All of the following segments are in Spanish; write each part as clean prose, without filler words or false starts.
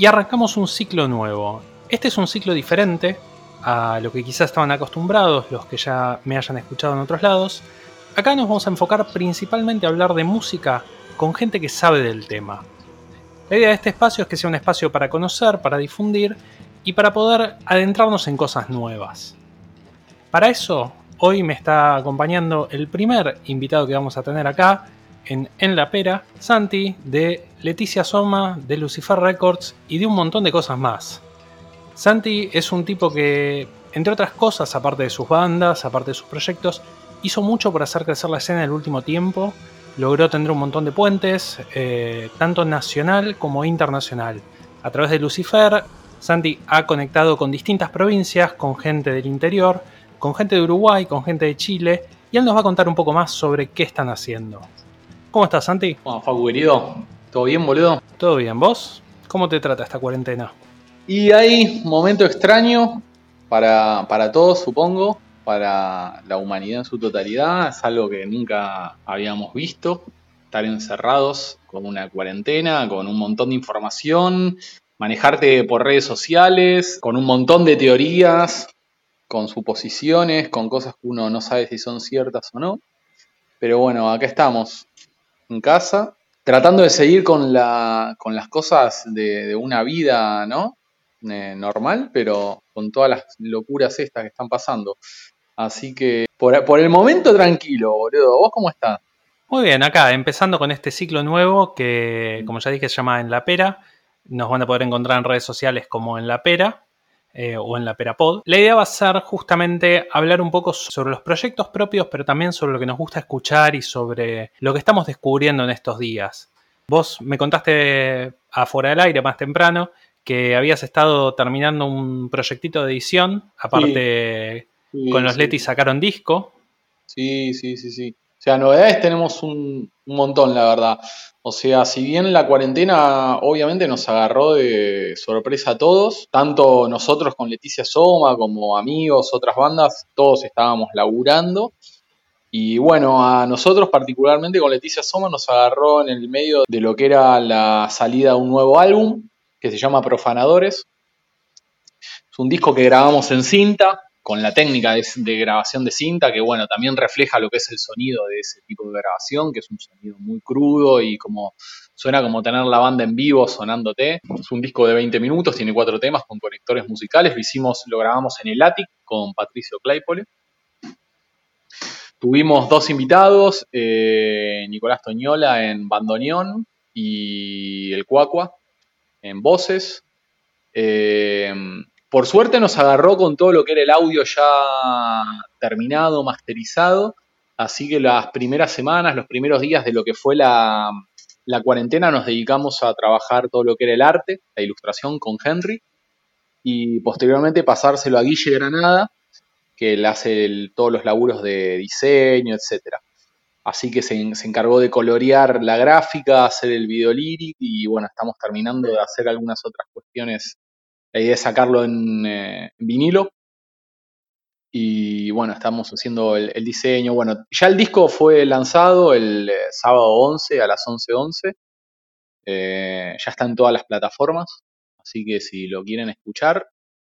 y arrancamos un ciclo nuevo. Este es un ciclo diferente a lo que quizás estaban acostumbrados los que ya me hayan escuchado en otros lados. Acá nos vamos a enfocar principalmente a hablar de música con gente que sabe del tema. La idea de este espacio es que sea un espacio para conocer, para difundir y para poder adentrarnos en cosas nuevas. Para eso, hoy me está acompañando el primer invitado que vamos a tener acá en La Pera, Santi, de Leticia Soma, de Lucifer Records y de un montón de cosas más. Santi es un tipo que, entre otras cosas, aparte de sus bandas, aparte de sus proyectos, hizo mucho por hacer crecer la escena en el último tiempo. Logró tener un montón de puentes, tanto nacional como internacional. A través de Lucifer, Santi ha conectado con distintas provincias, con gente del interior, con gente de Uruguay, con gente de Chile, y él nos va a contar un poco más sobre qué están haciendo. ¿Cómo estás, Santi? Bueno, Facu, querido, ¿todo bien, boludo? ¿Todo bien? ¿Vos? ¿Cómo te trata esta cuarentena? Y hay un momento extraño para todos, supongo, para la humanidad en su totalidad. Es algo que nunca habíamos visto. Estar encerrados con una cuarentena, con un montón de información, manejarte por redes sociales, con un montón de teorías, con suposiciones, con cosas que uno no sabe si son ciertas o no. Pero bueno, acá estamos, en casa, tratando de seguir con las cosas de una vida, ¿no? Normal, pero con todas las locuras estas que están pasando. Así que por el momento tranquilo, boludo. ¿Vos cómo estás? Muy bien, acá empezando con este ciclo nuevo que, como ya dije, se llama En la Pera. Nos van a poder encontrar en redes sociales como En la Pera o En la Pera Pod. La idea va a ser justamente hablar un poco sobre los proyectos propios, pero también sobre lo que nos gusta escuchar y sobre lo que estamos descubriendo en estos días. Vos me contaste afuera del aire más temprano que habías estado terminando un proyectito de edición. Aparte, con Sí, los sí, Leti sacaron disco. sí. O sea, novedades tenemos un montón, la verdad. O sea, si bien la cuarentena obviamente nos agarró de sorpresa a todos, tanto nosotros con Leticia Soma como amigos, otras bandas, todos estábamos laburando. Y bueno, a nosotros particularmente con Leticia Soma nos agarró en el medio de lo que era la salida de un nuevo álbum que se llama Profanadores. Es un disco que grabamos en cinta, con la técnica de grabación de cinta, que bueno, también refleja lo que es el sonido de ese tipo de grabación, que es un sonido muy crudo y como suena como tener la banda en vivo sonándote. Es un disco de 20 minutos, tiene 4 temas con conectores musicales. Lo grabamos en el Attic con Patricio Claypole. Tuvimos 2 invitados, Nicolás Toñola en bandoneón y el Cuacua en voces. Por suerte nos agarró con todo lo que era el audio ya terminado, masterizado, así que las primeras semanas, los primeros días de lo que fue la cuarentena nos dedicamos a trabajar todo lo que era el arte, la ilustración con Henry, y posteriormente pasárselo a Guille Granada, que él hace todos los laburos de diseño, etcétera. Así que se encargó de colorear la gráfica, hacer el video lyric y bueno, estamos terminando de hacer algunas otras cuestiones. La idea es sacarlo en vinilo y bueno, estamos haciendo el diseño. Bueno, ya el disco fue lanzado el sábado 11 a las 11:11. Ya está en todas las plataformas, así que si lo quieren escuchar,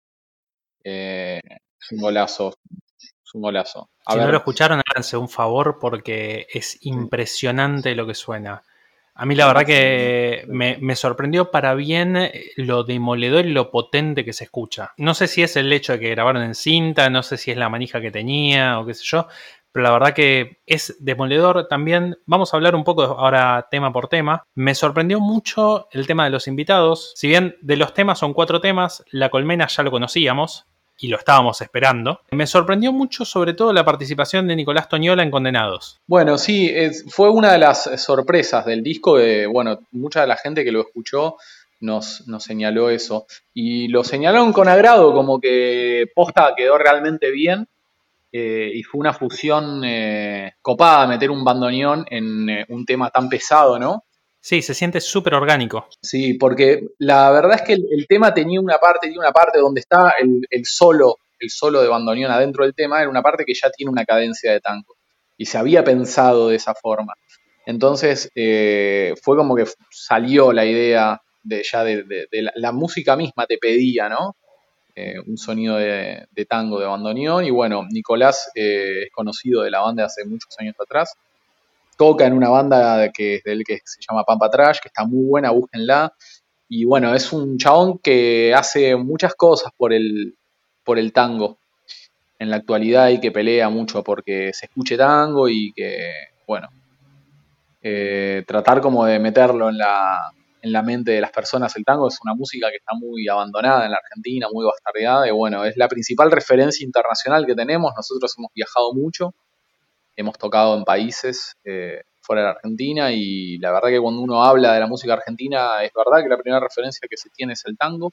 es un golazo. Es un golazo. A Si no ver, lo escucharon, háganse un favor porque es sí, impresionante lo que suena. A mí la verdad buenísimo. que me sorprendió para bien lo demoledor y lo potente que se escucha. No sé si es el hecho de que grabaron en cinta, no sé si es la manija que tenía o qué sé yo, pero la verdad que es demoledor también. Vamos a hablar un poco ahora tema por tema. Me sorprendió mucho el tema de los invitados. Si bien de los temas son 4 temas, La Colmena ya lo conocíamos y lo estábamos esperando. Me sorprendió mucho sobre todo la participación de Nicolás Toñola en Condenados. Bueno, sí, fue una de las sorpresas del disco. Bueno, mucha de la gente que lo escuchó nos señaló eso. Y lo señalaron con agrado, como que posta quedó realmente bien. Y fue una fusión copada meter un bandoneón en un tema tan pesado, ¿no? Sí, se siente súper orgánico. Sí, porque la verdad es que el tema tenía una parte donde está el solo de bandoneón adentro del tema, era una parte que ya tiene una cadencia de tango. Y se había pensado de esa forma. Entonces fue como que salió la idea la música misma te pedía, ¿no? Un sonido de tango, de bandoneón. Y bueno, Nicolás es conocido de la banda de hace muchos años atrás. Toca en una banda que se llama Pampa Trash, que está muy buena, búsquenla. Y bueno, es un chabón que hace muchas cosas por el tango en la actualidad y que pelea mucho porque se escuche tango y que, bueno, tratar como de meterlo en la mente de las personas. El tango es una música que está muy abandonada en la Argentina, muy bastardeada, y bueno, es la principal referencia internacional que tenemos. Nosotros hemos viajado mucho, hemos tocado en países fuera de la Argentina, y la verdad que cuando uno habla de la música argentina, es verdad que la primera referencia que se tiene es el tango.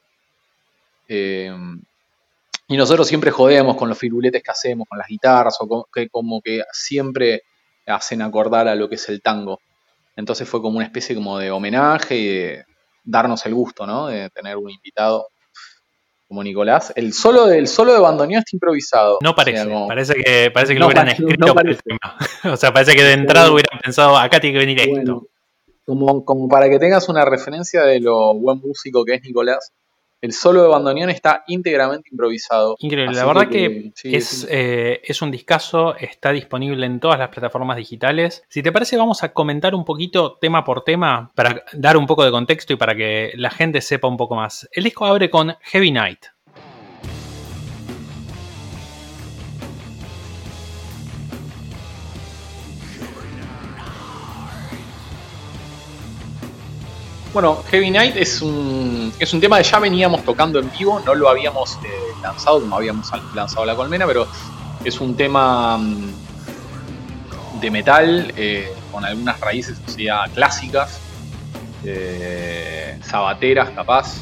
Y nosotros siempre jodemos con los firuletes que hacemos, con las guitarras, que como que siempre hacen acordar a lo que es el tango. Entonces fue como una especie como de homenaje y de darnos el gusto, ¿no? De tener un invitado como Nicolás. El solo de bandoneón está improvisado. No parece, o sea, como, parece que no, lo hubieran escrito no para el parece. tema. O sea, parece que de entrada hubieran pensado, acá tiene que venir esto. Bueno, como para que tengas una referencia de lo buen músico que es Nicolás, el solo de bandoneón está íntegramente improvisado. Increíble, la Así verdad que sí, es un discazo, está disponible en todas las plataformas digitales. Si te parece, vamos a comentar un poquito tema por tema para dar un poco de contexto y para que la gente sepa un poco más. El disco abre con Heavy Night. Bueno, Heavy Night es un tema que ya veníamos tocando en vivo, no lo habíamos lanzado como habíamos lanzado La Colmena, pero es un tema de metal con algunas raíces, o sea, clásicas, sabateras capaz,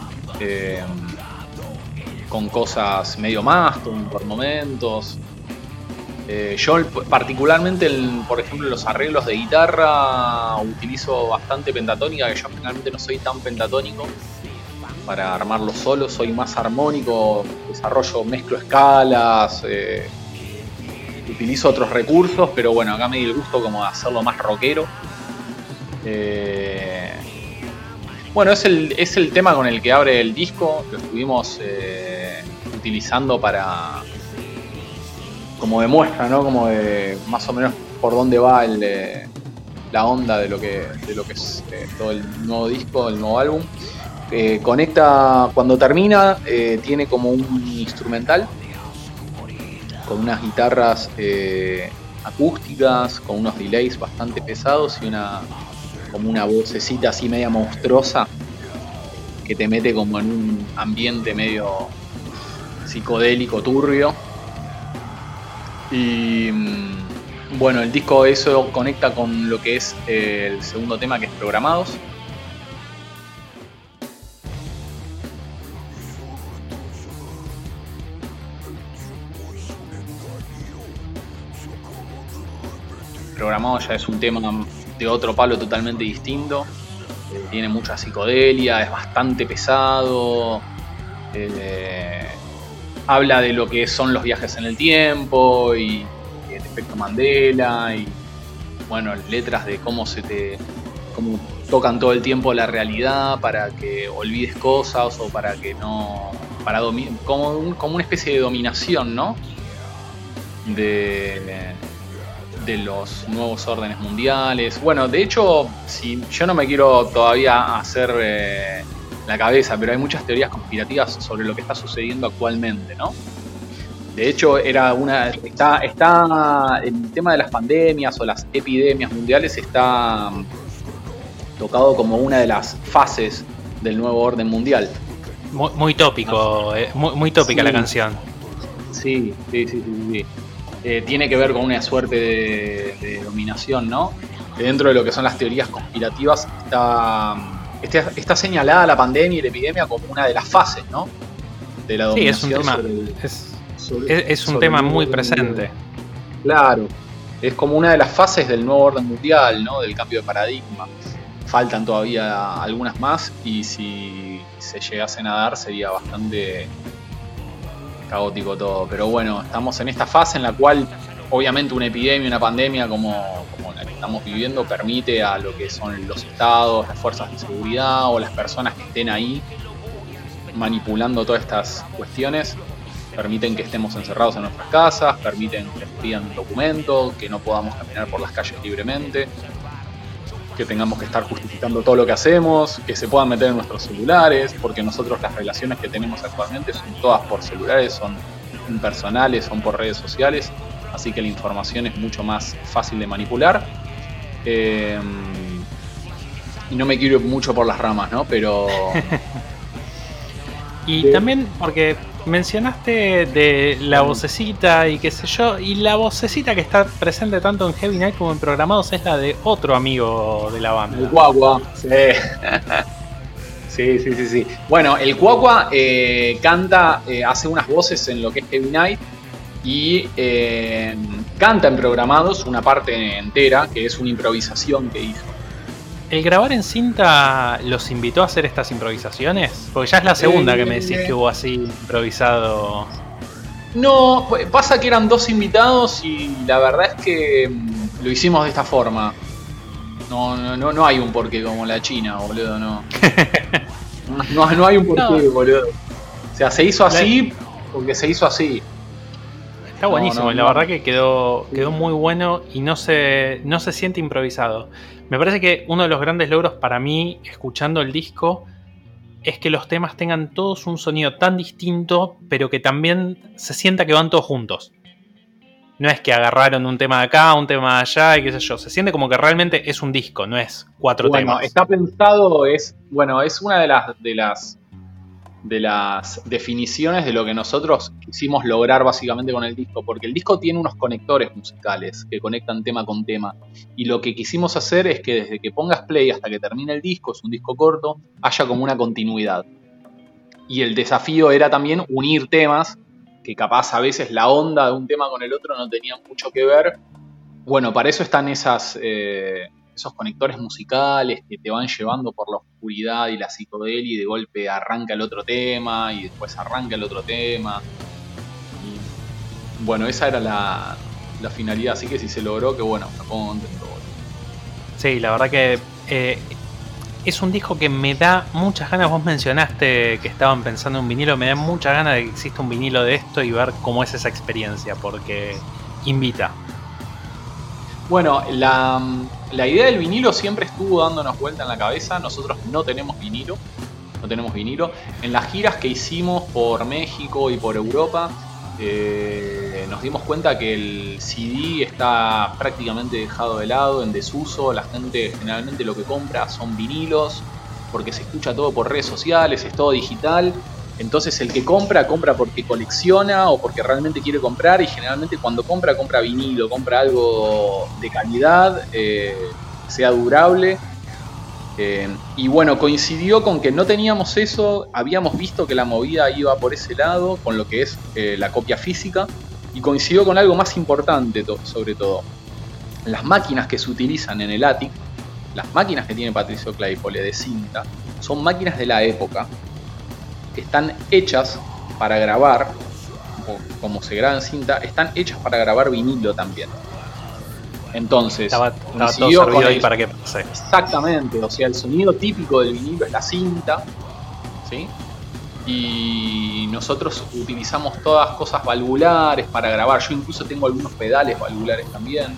con cosas medio Mastodon por momentos. Yo particularmente, por ejemplo, los arreglos de guitarra utilizo bastante pentatónica, que yo generalmente no soy tan pentatónico para armarlo solo, soy más armónico, mezclo escalas, utilizo otros recursos, pero bueno, acá me di el gusto como de hacerlo más rockero. Bueno, es el tema con el que abre el disco, lo estuvimos utilizando para como de muestra, ¿no? Como de más o menos por dónde va la onda de lo que es todo el nuevo disco, el nuevo álbum. Conecta, cuando termina, tiene como un instrumental con unas guitarras acústicas, con unos delays bastante pesados y como una vocecita así media monstruosa que te mete como en un ambiente medio psicodélico, turbio. Y bueno, el disco eso conecta con lo que es el segundo tema, que es Programados. Programados ya es un tema de otro palo totalmente distinto. Tiene mucha psicodelia, es bastante pesado. Habla de lo que son los viajes en el tiempo y el efecto Mandela y bueno, letras de cómo tocan todo el tiempo la realidad para que olvides cosas o para que no, como una especie de dominación, ¿no? De los nuevos órdenes mundiales. Bueno, de hecho, si yo no me quiero todavía hacer la cabeza, pero hay muchas teorías conspirativas sobre lo que está sucediendo actualmente, ¿no? De hecho, está el tema de las pandemias o las epidemias mundiales está tocado como una de las fases del nuevo orden mundial. Muy tópico, muy tópica sí. La canción. Sí. Tiene que ver con una suerte de dominación, ¿no? Dentro de lo que son las teorías conspirativas está señalada la pandemia y la epidemia como una de las fases, ¿no? De la dominación. Sí, es un tema muy presente. Claro, es como una de las fases del nuevo orden mundial, ¿no? Del cambio de paradigma. Faltan todavía algunas más y si se llegasen a dar sería bastante caótico todo. Pero bueno, estamos en esta fase en la cual obviamente una epidemia, una pandemia como estamos viviendo permite a lo que son los estados, las fuerzas de seguridad o las personas que estén ahí manipulando todas estas cuestiones, permiten que estemos encerrados en nuestras casas, permiten que nos pidan documentos, que no podamos caminar por las calles libremente, que tengamos que estar justificando todo lo que hacemos, que se puedan meter en nuestros celulares, porque nosotros las relaciones que tenemos actualmente son todas por celulares, son impersonales, son por redes sociales, así que la información es mucho más fácil de manipular. Y no me quiero ir mucho por las ramas, ¿no? Pero... Y también porque mencionaste de la vocecita y qué sé yo, y la vocecita que está presente tanto en Heavy Night como en Programados es la de otro amigo de la banda. El Cuacua, sí. Sí. Bueno, el Cuacua canta, hace unas voces en lo que es Heavy Night y canta en Programados una parte entera, que es una improvisación que hizo. ¿El grabar en cinta los invitó a hacer estas improvisaciones? Porque ya es la segunda que me decís que hubo así improvisado. No, pasa que eran 2 invitados y la verdad es que lo hicimos de esta forma. No hay un porqué como la China, boludo, no. No hay un porqué, boludo. O sea, se hizo así porque se hizo así. Está buenísimo, la verdad que quedó muy bueno y no se siente improvisado. Me parece que uno de los grandes logros para mí, escuchando el disco, es que los temas tengan todos un sonido tan distinto, pero que también se sienta que van todos juntos. No es que agarraron un tema de acá, un tema de allá y qué sé yo. Se siente como que realmente es un disco, no es 4 temas. Está pensado, es una de las definiciones de lo que nosotros quisimos lograr básicamente con el disco, porque el disco tiene unos conectores musicales que conectan tema con tema, y lo que quisimos hacer es que desde que pongas play hasta que termine el disco, es un disco corto, haya como una continuidad. Y el desafío era también unir temas, que capaz a veces la onda de un tema con el otro no tenían mucho que ver. Bueno, para eso están esos conectores musicales que te van llevando por la oscuridad y la psicodelia y de golpe arranca el otro tema y después arranca el otro tema. Y bueno, esa era la finalidad, así que si se logró, que bueno, me pongo contento. Sí, la verdad que es un disco que me da muchas ganas. Vos mencionaste que estaban pensando en un vinilo, me da muchas ganas de que exista un vinilo de esto y ver cómo es esa experiencia, porque invita. Bueno, la idea del vinilo siempre estuvo dándonos vuelta en la cabeza. Nosotros no tenemos vinilo. En las giras que hicimos por México y por Europa, nos dimos cuenta que el CD está prácticamente dejado de lado, en desuso. La gente generalmente lo que compra son vinilos, porque se escucha todo por redes sociales, es todo digital. Entonces el que compra porque colecciona o porque realmente quiere comprar, y generalmente cuando compra vinilo, compra algo de calidad, sea durable. Y bueno, coincidió con que no teníamos eso, habíamos visto que la movida iba por ese lado, con lo que es la copia física, y coincidió con algo más importante sobre todo. Las máquinas que se utilizan en el Attic, las máquinas que tiene Patricio Claypole de cinta, son máquinas de la época, que están hechas para grabar, como se graba en cinta, están hechas para grabar vinilo también. Entonces, estaba todo servido ahí para que pase. Exactamente, o sea, el sonido típico del vinilo es la cinta, ¿sí? Y nosotros utilizamos todas cosas valvulares para grabar. Yo incluso tengo algunos pedales valvulares también.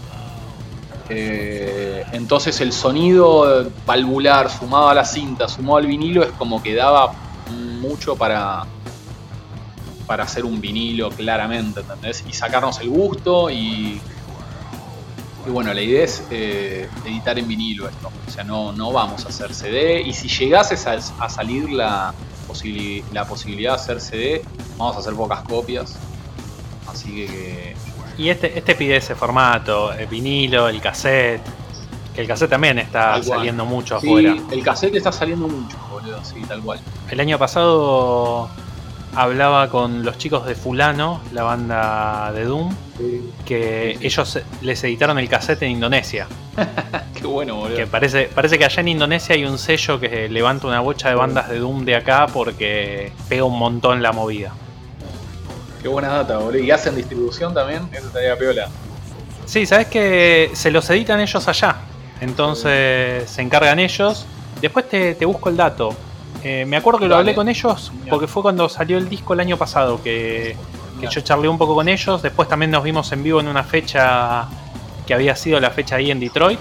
Entonces el sonido valvular sumado a la cinta, sumado al vinilo, es como que daba mucho para hacer un vinilo claramente, ¿entendés? Y sacarnos el gusto y bueno, la idea es editar en vinilo esto. O sea, no vamos a hacer CD, y si llegases a salir la posibilidad de hacer CD, vamos a hacer pocas copias, así que... Y este pide ese formato, el vinilo, el cassette, que el cassette también está saliendo mucho afuera. Sí, el cassette está saliendo mucho, boludo, sí, tal cual. El año pasado hablaba con los chicos de Fulano, la banda de Doom, sí, que ellos les editaron el cassette en Indonesia. Qué bueno, boludo. Que parece que allá en Indonesia hay un sello que levanta una bocha de bandas de Doom de acá porque pega un montón la movida. Qué buena data, boludo. ¿Y hacen distribución también? Eso estaría piola. Sí, sabes que se los editan ellos allá. Entonces se encargan ellos. Después te busco el dato. Me acuerdo que lo hablé con ellos porque fue cuando salió el disco el año pasado que yo charlé un poco con ellos. Después también nos vimos en vivo en una fecha que había sido la fecha ahí en Detroit.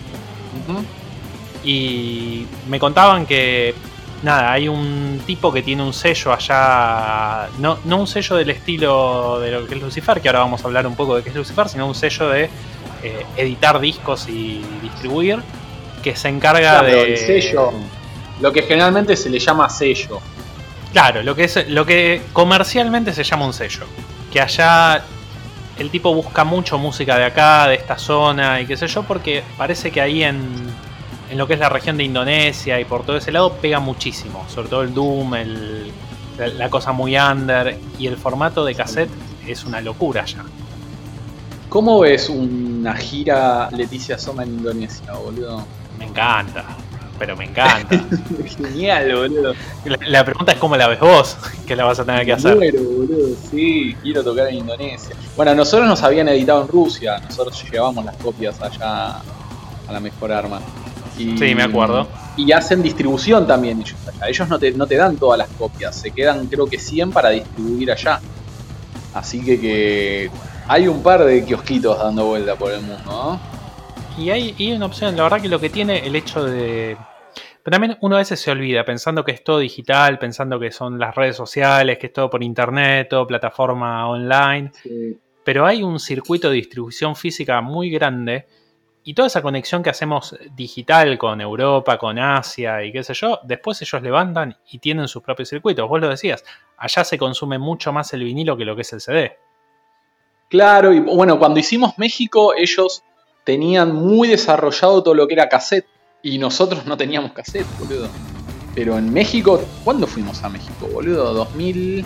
Y me contaban que nada, hay un tipo que tiene un sello allá, no un sello del estilo de lo que es Lucifer, que ahora vamos a hablar un poco de qué es Lucifer, sino un sello de editar discos y distribuir, que se encarga de... El sello, lo que generalmente se le llama sello. Claro, lo que comercialmente se llama un sello. Que allá el tipo busca mucho música de acá, de esta zona y qué sé yo, porque parece que ahí en lo que es la región de Indonesia y por todo ese lado pega muchísimo. Sobre todo el Doom, la cosa muy under, y el formato de cassette es una locura ya. ¿Cómo ves una gira Leticia Soma en Indonesia, boludo? Me encanta, pero me encanta. Genial, boludo. La pregunta es cómo la ves vos, que la vas a tener que hacer. Muero, boludo. Sí, quiero tocar en Indonesia. Bueno, nosotros nos habían editado en Rusia, nosotros llevamos las copias allá a La Mejor Arma. Y, sí, me acuerdo. Y hacen distribución también ellos allá. Ellos no te dan todas las copias, se quedan creo que 100 para distribuir allá. Así que hay un par de kiosquitos dando vuelta por el mundo, ¿no? Y hay una opción, la verdad que lo que tiene el hecho de... Pero también uno a veces se olvida, pensando que es todo digital, pensando que son las redes sociales, que es todo por internet, todo plataforma online. Sí. Pero hay un circuito de distribución física muy grande. Y toda esa conexión que hacemos digital con Europa, con Asia y qué sé yo, después ellos levantan y tienen sus propios circuitos. Vos lo decías, allá se consume mucho más el vinilo que lo que es el CD. Claro, y bueno, cuando hicimos México, ellos tenían muy desarrollado todo lo que era cassette. Y nosotros no teníamos cassette, boludo. Pero en México, ¿cuándo fuimos a México, boludo? 2000...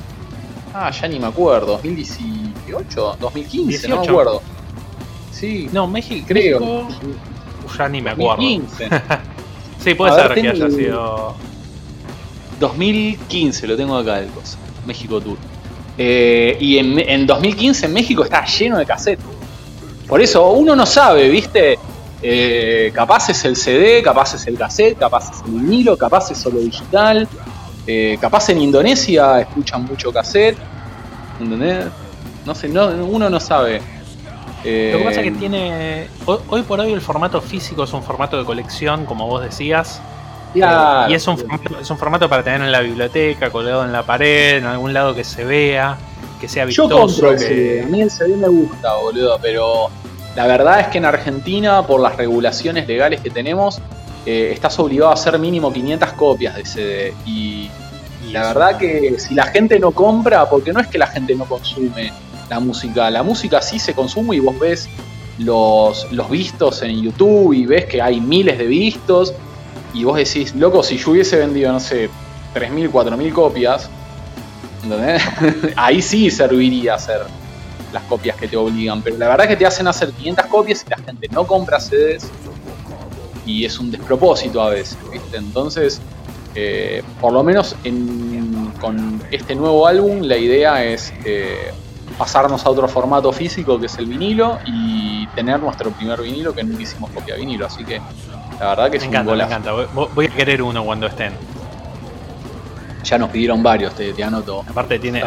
ya ni me acuerdo. 2018, 2015, 18. No me acuerdo. Sí, no, México creo. Ya ni me acuerdo. 2015. Sí, puede ser que haya sido 2015, lo tengo acá el coso. México Tour. Y en 2015 en México está lleno de cassette. Por eso uno no sabe, ¿viste? Capaz es el CD, capaz es el cassette, capaz es el vinilo, capaz es solo digital. Capaz en Indonesia escuchan mucho cassette. ¿Entendés? No sé, uno no sabe. Lo que pasa es que tiene... Hoy por hoy el formato físico es un formato de colección, como vos decías. Claro, y es un formato para tener en la biblioteca, colgado en la pared, en algún lado que se vea, que sea vistoso. Yo compro el CD. A mí el CD me gusta, boludo, pero la verdad es que en Argentina, por las regulaciones legales que tenemos, estás obligado a hacer mínimo 500 copias de CD. Y la verdad que si la gente no compra, porque no es que la gente no consume la música sí se consume y vos ves los vistos en YouTube y ves que hay miles de vistos y vos decís, loco, si yo hubiese vendido, no sé, 3.000, 4.000 copias, ¿entendés? Ahí sí serviría hacer las copias que te obligan, pero la verdad es que te hacen hacer 500 copias y la gente no compra CDs y es un despropósito a veces, ¿viste? Entonces, por lo menos con este nuevo álbum la idea es pasarnos a otro formato físico que es el vinilo y tener nuestro primer vinilo, que nunca hicimos copia de vinilo, así que la verdad que es un golazo. Me encanta, voy a querer uno cuando estén. Ya nos pidieron varios, te anoto. Aparte tiene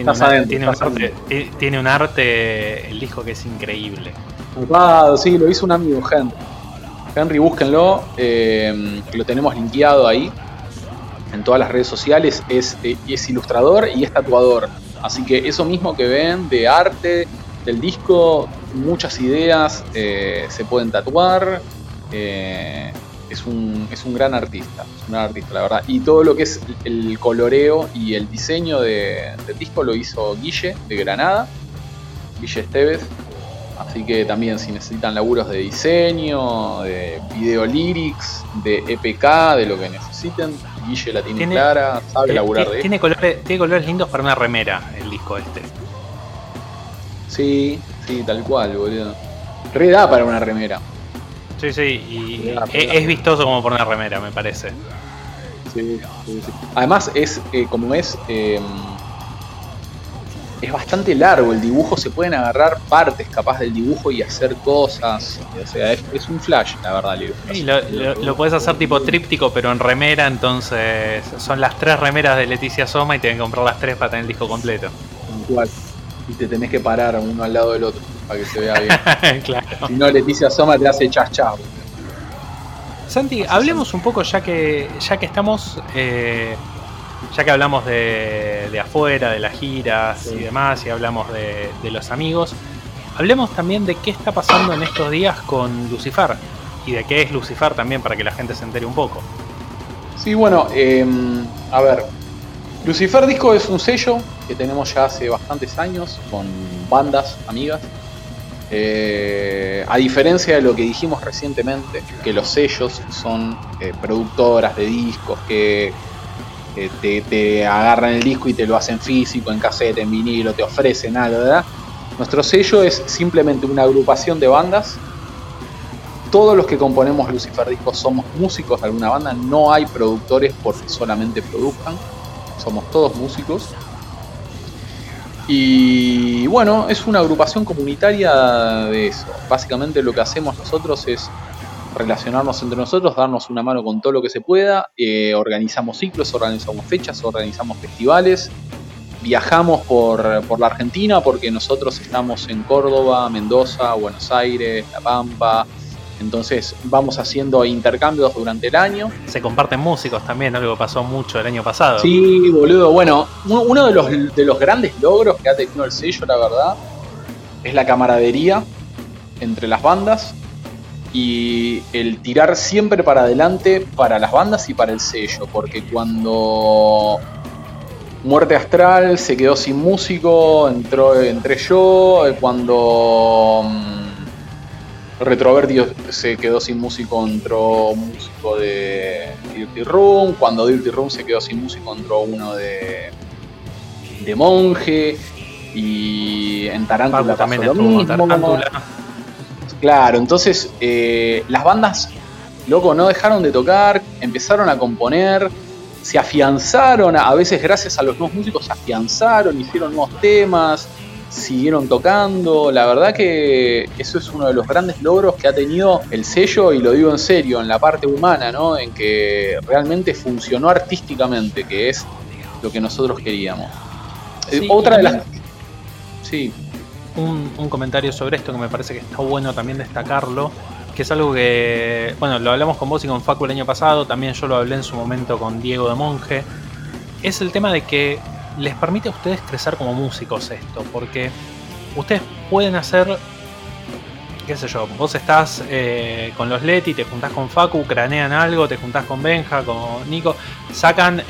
un arte, el disco que es increíble. Sí, lo hizo un amigo, Henry, búsquenlo, lo tenemos linkeado ahí en todas las redes sociales, es ilustrador y es tatuador. Así que eso mismo que ven de arte del disco, muchas ideas se pueden tatuar. Es un gran artista, la verdad. Y todo lo que es el coloreo y el diseño del disco lo hizo Guille de Granada, Guille Esteves. Así que también si necesitan laburos de diseño, de video lyrics, de EPK, de lo que necesiten, Guille la tiene clara, sabe laburar de tiene colores lindos para una remera el disco este. Sí, tal cual, boludo. Re da para una remera. Sí, y es vistoso como por una remera, me parece. Sí. Además es como es es bastante largo el dibujo, se pueden agarrar partes capaz del dibujo y hacer cosas, o sea, es un flash, la verdad, Leo. Y lo podés hacer tipo tríptico, pero en remera, entonces son las 3 remeras de Leticia Soma y te tienen que comprar las 3 para tener el disco completo. Igual. Y te tenés que parar uno al lado del otro para que se vea bien. Claro. Si no, Leticia Soma te hace chas. Santi, hablemos un poco ya que estamos, ya que hablamos de afuera, de las giras y demás, y hablamos de los amigos, hablemos también de qué está pasando en estos días con Lucifer y de qué es Lucifer también para que la gente se entere un poco. Sí, bueno, a ver, Lucifer Disco es un sello que tenemos ya hace bastantes años con bandas amigas. A diferencia de lo que dijimos recientemente, que los sellos son productoras de discos que te agarran el disco y te lo hacen físico, en cassette, en vinilo, te ofrecen algo, ¿verdad? Nuestro sello es simplemente una agrupación de bandas. Todos los que componemos Lucifer Disco somos músicos de alguna banda, no hay productores porque solamente produzcan, somos todos músicos. Y bueno, es una agrupación comunitaria de eso. Básicamente lo que hacemos nosotros es relacionarnos entre nosotros, darnos una mano con todo lo que se pueda. Organizamos ciclos, organizamos fechas, organizamos festivales. Viajamos por la Argentina porque nosotros estamos en Córdoba, Mendoza, Buenos Aires, La Pampa. Entonces vamos haciendo intercambios durante el año. Se comparten músicos también, algo que pasó mucho el año pasado. Sí, boludo. Bueno, uno de los grandes logros que ha tenido el sello, la verdad, es la camaradería entre las bandas y el tirar siempre para adelante para las bandas y para el sello. Porque cuando Muerte Astral se quedó sin músico, entré yo. Cuando Retrovertido se quedó sin músico, entró un músico de Dirty Room. Cuando Dirty Room se quedó sin músico, entró uno de Monje. Y en Tarántula también pasó lo mismo. Tarántula. Claro, entonces las bandas, loco, no dejaron de tocar, empezaron a componer, se afianzaron, a veces gracias a los nuevos músicos se afianzaron, hicieron nuevos temas, siguieron tocando. La verdad que eso es uno de los grandes logros que ha tenido el sello, y lo digo en serio, en la parte humana, ¿no? En que realmente funcionó artísticamente, que es lo que nosotros queríamos. Sí, otra de las... Sí. Un comentario sobre esto que me parece que está bueno también destacarlo, que es algo que, bueno, lo hablamos con vos y con Facu el año pasado, también yo lo hablé en su momento con Diego de Monje, es el tema de que les permite a ustedes crecer como músicos esto, porque ustedes pueden hacer, qué sé yo, vos estás con los Leti, te juntás con Facu, cranean algo, te juntás con Benja, con Nico, sacan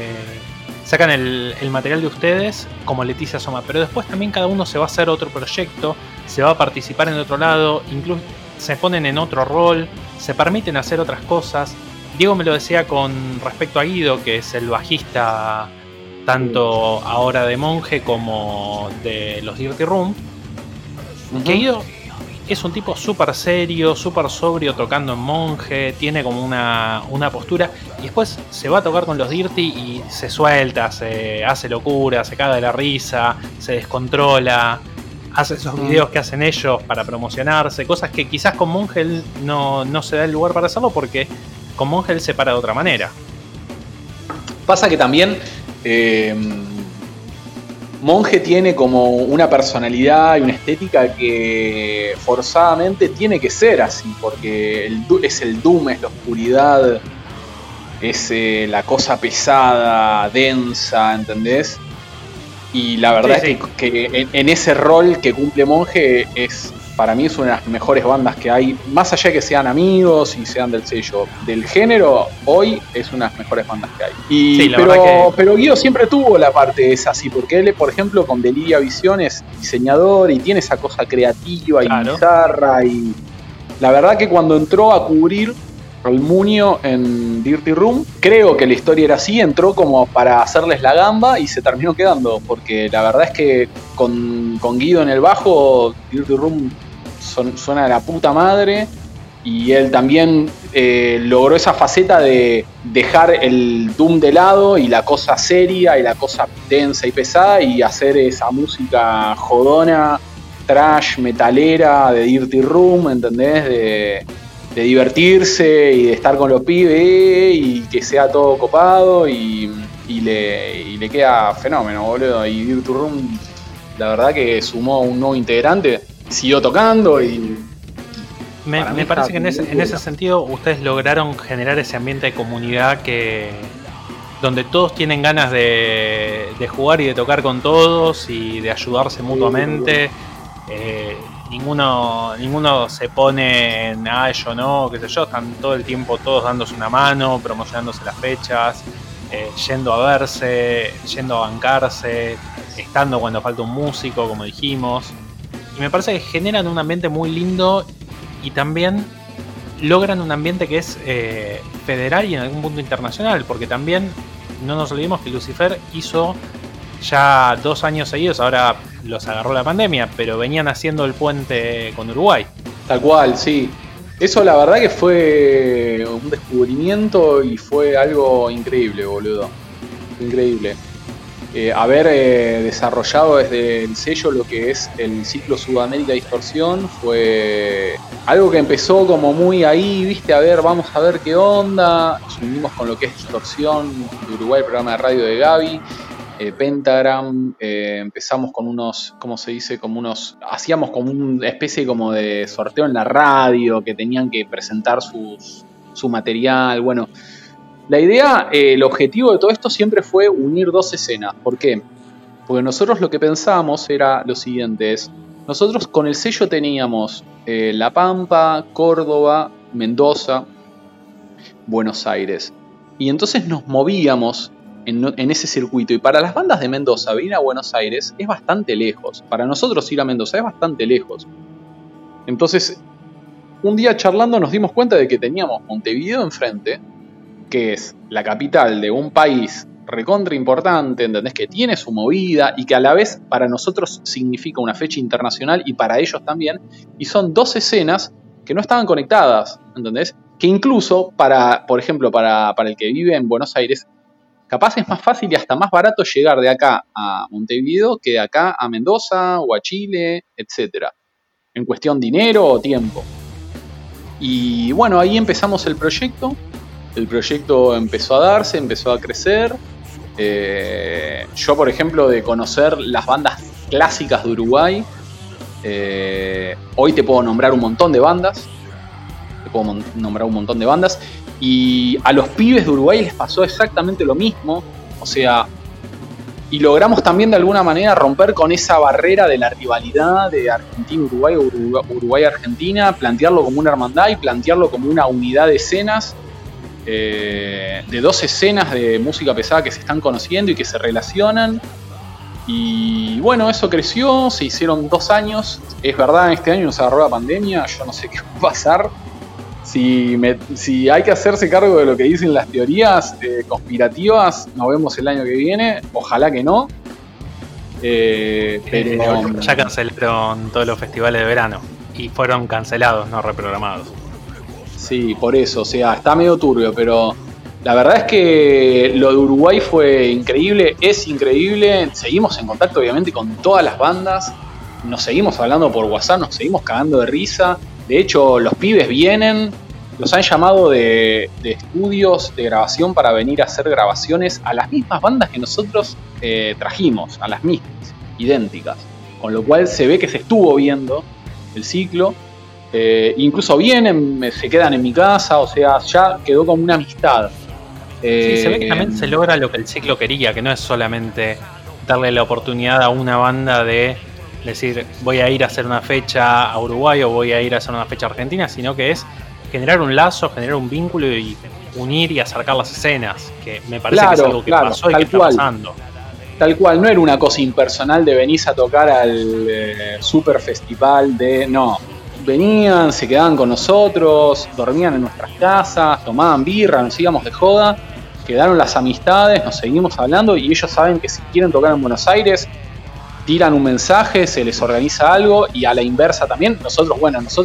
el material de ustedes como Leticia Soma, pero después también cada uno se va a hacer otro proyecto, se va a participar en otro lado, incluso se ponen en otro rol, se permiten hacer otras cosas. Diego me lo decía con respecto a Guido, que es el bajista tanto ahora de Monje como de los Dirty Room, que Guido es un tipo súper serio, súper sobrio tocando en Monje, tiene como una postura, y después se va a tocar con los Dirty y se suelta, se hace locura, se caga de la risa, se descontrola, hace esos videos que hacen ellos para promocionarse, cosas que quizás con Monje él no se da el lugar para hacerlo, porque con Monje él se para de otra manera. Pasa que también Monje tiene como una personalidad y una estética que forzadamente tiene que ser así, porque es el doom, es la oscuridad, es la cosa pesada, densa, ¿entendés? Y la verdad es que en ese rol que cumple Monje para mí es una de las mejores bandas que hay, más allá de que sean amigos y sean del sello, del género, hoy es una de las mejores bandas que hay. Pero Guido siempre tuvo la parte esa así, porque él, por ejemplo, con Deliria Visión es diseñador y tiene esa cosa creativa y bizarra, y la verdad que cuando entró a cubrir al Munio en Dirty Room, creo que la historia era así, entró como para hacerles la gamba y se terminó quedando, porque la verdad es que con Guido en el bajo, Dirty Room suena de la puta madre, Y él también logró esa faceta de dejar el doom de lado y la cosa seria y la cosa densa y pesada y hacer esa música jodona, trash, metalera, de Dirty Room, ¿entendés? De divertirse y de estar con los pibes y que sea todo copado y le queda fenómeno, boludo. Y Dirty Room, la verdad que sumó un nuevo integrante, siguió tocando y... Me parece que en ese sentido ustedes lograron generar ese ambiente de comunidad donde todos tienen ganas de jugar y de tocar con todos y de ayudarse mutuamente. Ninguno se pone en yo no, qué sé yo, están todo el tiempo todos dándose una mano, promocionándose las fechas, yendo a verse, yendo a bancarse, estando cuando falta un músico, como dijimos. Y me parece que generan un ambiente muy lindo y también logran un ambiente que es federal y en algún punto internacional, porque también no nos olvidemos que Lucifer hizo ya 2 años seguidos, ahora los agarró la pandemia, pero venían haciendo el puente con Uruguay. Tal cual, sí. Eso la verdad que fue un descubrimiento y fue algo increíble, boludo. Increíble. Haber desarrollado desde el sello lo que es el ciclo Sudamérica Distorsión fue algo que empezó como muy ahí, viste, a ver, vamos a ver qué onda. Nos unimos con lo que es Distorsión de Uruguay, el programa de radio de Gaby. Pentagram, empezamos con unos, ¿cómo se dice? Hacíamos como una especie como de sorteo en la radio, que tenían que presentar su material, bueno. La idea, el objetivo de todo esto siempre fue unir 2 escenas. ¿Por qué? Porque nosotros lo que pensábamos era lo siguiente, nosotros con el sello teníamos La Pampa, Córdoba, Mendoza, Buenos Aires. Y entonces nos movíamos en ese circuito. Y para las bandas de Mendoza, venir a Buenos Aires es bastante lejos. Para nosotros ir a Mendoza es bastante lejos. Entonces, un día charlando nos dimos cuenta de que teníamos Montevideo enfrente, que es la capital de un país recontra importante, ¿entendés? Que tiene su movida y que a la vez para nosotros significa una fecha internacional y para ellos también. Y son 2 escenas que no estaban conectadas, ¿entendés? Que incluso, por ejemplo, para el que vive en Buenos Aires, capaz es más fácil y hasta más barato llegar de acá a Montevideo que de acá a Mendoza o a Chile, etc. En cuestión dinero o tiempo. Y bueno, ahí empezamos el proyecto. El proyecto empezó a darse, empezó a crecer. Yo, por ejemplo, de conocer las bandas clásicas de Uruguay, hoy te puedo nombrar un montón de bandas. Y a los pibes de Uruguay les pasó exactamente lo mismo. O sea, y logramos también de alguna manera romper con esa barrera de la rivalidad de Argentina-Uruguay o Uruguay-Argentina, plantearlo como una hermandad y plantearlo como una unidad de escenas. De 2 escenas de música pesada que se están conociendo y que se relacionan. Y bueno, eso creció, se hicieron 2 años. Es verdad, este año nos agarró la pandemia, yo no sé qué va a pasar. Si hay que hacerse cargo de lo que dicen las teorías conspirativas, nos vemos el año que viene, ojalá que no. Pero ya cancelaron todos los festivales de verano y fueron cancelados, no reprogramados. Sí, por eso, o sea, está medio turbio, pero la verdad es que lo de Uruguay fue increíble, es increíble. Seguimos en contacto, obviamente, con todas las bandas. Nos seguimos hablando por WhatsApp, nos seguimos cagando de risa. De hecho, los pibes vienen, los han llamado de estudios de grabación para venir a hacer grabaciones a las mismas bandas que nosotros trajimos, a las mismas, idénticas. Con lo cual se ve que se estuvo viendo el ciclo. Incluso vienen, se quedan en mi casa, o sea, ya quedó como una amistad. Sí, se ve que también se logra lo que el ciclo quería, que no es solamente darle la oportunidad a una banda de decir voy a ir a hacer una fecha a Uruguay o voy a ir a hacer una fecha a Argentina, sino que es generar un lazo, generar un vínculo y unir y acercar las escenas, que me parece que es algo que pasó y que está pasando. Tal cual, no era una cosa impersonal de venís a tocar al super festival de... No, venían, se quedaban con nosotros, dormían en nuestras casas, tomaban birra, nos íbamos de joda, quedaron las amistades, nos seguimos hablando y ellos saben que si quieren tocar en Buenos Aires, tiran un mensaje, se les organiza algo y a la inversa también. Nosotros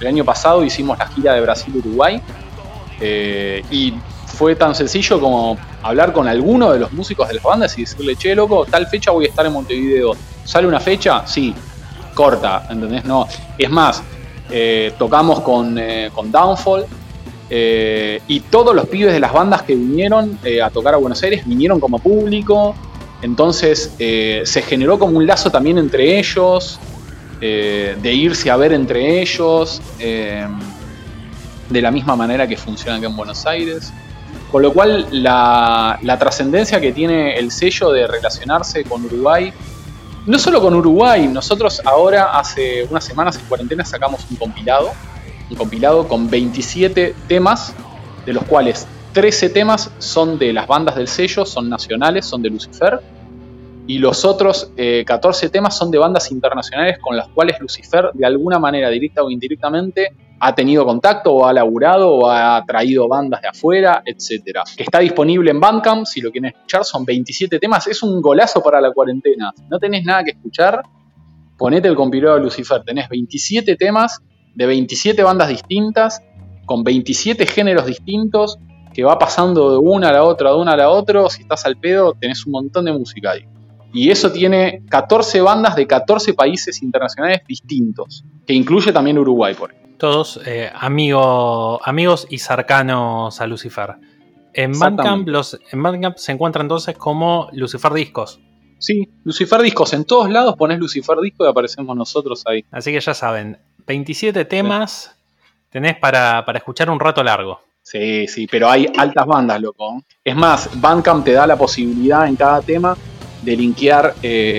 El año pasado hicimos la gira de Brasil-Uruguay y fue tan sencillo como hablar con alguno de los músicos de las bandas y decirle, che, loco, tal fecha voy a estar en Montevideo. ¿Sale una fecha? Sí. Corta, ¿entendés? No. Es más, tocamos con Downfall y todos los pibes de las bandas que vinieron a tocar a Buenos Aires vinieron como público. Entonces se generó como un lazo también entre ellos, de irse a ver entre ellos, de la misma manera que funciona acá en Buenos Aires. Con lo cual la trascendencia que tiene el sello de relacionarse con Uruguay, no solo con Uruguay, nosotros ahora hace unas semanas en cuarentena sacamos un compilado con 27 temas, de los cuales 13 temas son de las bandas del sello, son nacionales, son de Lucifer, y los otros 14 temas son de bandas internacionales con las cuales Lucifer, de alguna manera, directa o indirectamente, ha tenido contacto o ha laburado o ha traído bandas de afuera, etc. Que está disponible en Bandcamp, si lo quieren escuchar, son 27 temas, es un golazo para la cuarentena. Si no tenés nada que escuchar, ponete el compilado de Lucifer, tenés 27 temas de 27 bandas distintas, con 27 géneros distintos, que va pasando de una a la otra, de una a la otra. Si estás al pedo, tenés un montón de música ahí. Y eso tiene 14 bandas de 14 países internacionales distintos, que incluye también Uruguay, por ejemplo. Todos amigos y cercanos a Lucifer. En Bandcamp se encuentra entonces como Lucifer Discos. Sí, Lucifer Discos. En todos lados ponés Lucifer Discos y aparecemos nosotros ahí. Así que ya saben, 27 temas tenés para escuchar un rato largo. Sí, pero hay altas bandas, loco. Es más, Bandcamp te da la posibilidad en cada tema de linkear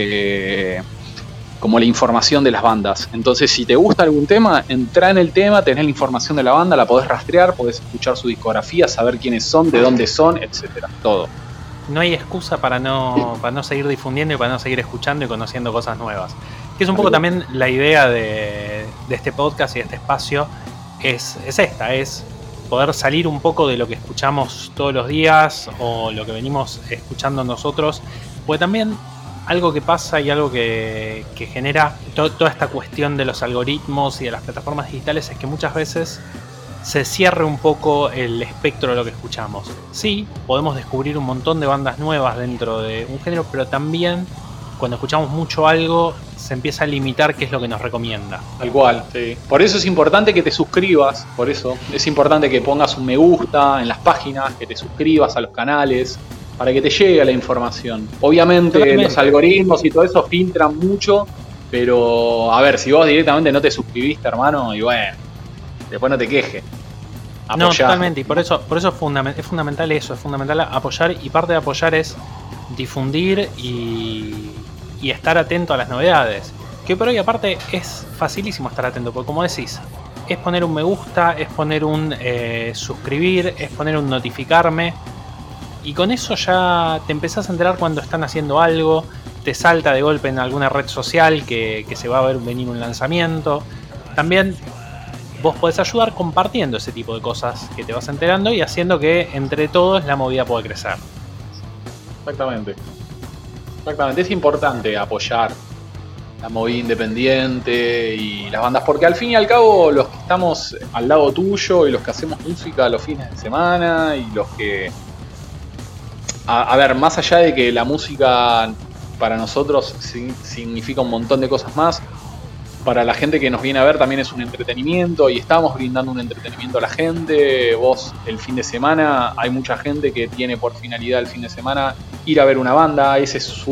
como la información de las bandas. Entonces, si te gusta algún tema, entra en el tema, tenés la información de la banda, la podés rastrear, podés escuchar su discografía, saber quiénes son, de dónde son, etcétera. Todo. No hay excusa para no seguir difundiendo y para no seguir escuchando y conociendo cosas nuevas. Que es un poco también la idea de este podcast y de este espacio, es esta, es poder salir un poco de lo que escuchamos todos los días o lo que venimos escuchando nosotros, porque también algo que pasa y algo que genera toda esta cuestión de los algoritmos y de las plataformas digitales es que muchas veces se cierre un poco el espectro de lo que escuchamos. Sí, podemos descubrir un montón de bandas nuevas dentro de un género, pero también cuando escuchamos mucho algo se empieza a limitar qué es lo que nos recomienda. Tal cual, sí. Por eso es importante que te suscribas, por eso es importante que pongas un me gusta en las páginas, que te suscribas a los canales, para que te llegue la información. Obviamente totalmente. Los algoritmos y todo eso filtran mucho, pero a ver, si vos directamente no te suscribiste, hermano, y bueno, después no te quejes. Apoyar. No, totalmente, y por eso es fundamental eso, es fundamental apoyar, y parte de apoyar es difundir y estar atento a las novedades. Que por hoy aparte es facilísimo estar atento, porque como decís, es poner un me gusta, es poner un suscribir, es poner un notificarme, y con eso ya te empezás a enterar cuando están haciendo algo, te salta de golpe en alguna red social que se va a venir un lanzamiento. También vos podés ayudar compartiendo ese tipo de cosas que te vas enterando y haciendo que entre todos la movida pueda crecer. Exactamente. Es importante apoyar la movida independiente y las bandas, porque al fin y al cabo los que estamos al lado tuyo y los que hacemos música los fines de semana y los que... A ver, más allá de que la música para nosotros significa un montón de cosas más, para la gente que nos viene a ver también es un entretenimiento y estamos brindando un entretenimiento a la gente. Vos el fin de semana, hay mucha gente que tiene por finalidad el fin de semana ir a ver una banda, ese es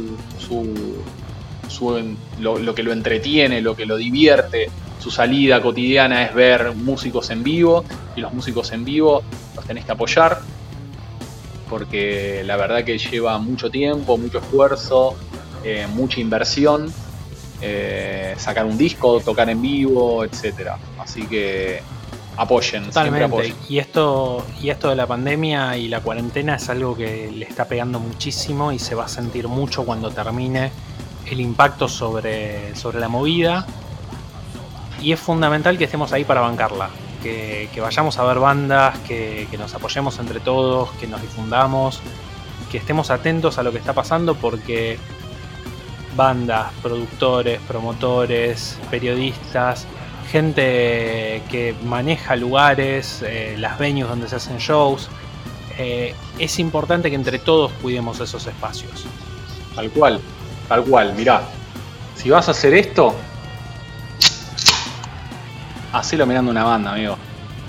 lo que lo entretiene, lo que lo divierte. Su salida cotidiana es ver músicos en vivo, y los músicos en vivo los tenés que apoyar, porque la verdad que lleva mucho tiempo, mucho esfuerzo, mucha inversión. Sacar un disco, tocar en vivo, etcétera. Así que apoyen, totalmente. Siempre apoyen. Y esto de la pandemia y la cuarentena es algo que le está pegando muchísimo y se va a sentir mucho cuando termine el impacto sobre la movida. Y es fundamental que estemos ahí para bancarla, que vayamos a ver bandas, que nos apoyemos entre todos, que nos difundamos, que estemos atentos a lo que está pasando, porque bandas, productores, promotores, periodistas gente que maneja lugares, las venues donde se hacen shows. Es importante que entre todos cuidemos esos espacios. Tal cual, mirá. Si vas a hacer esto, hacelo mirando una banda, amigo.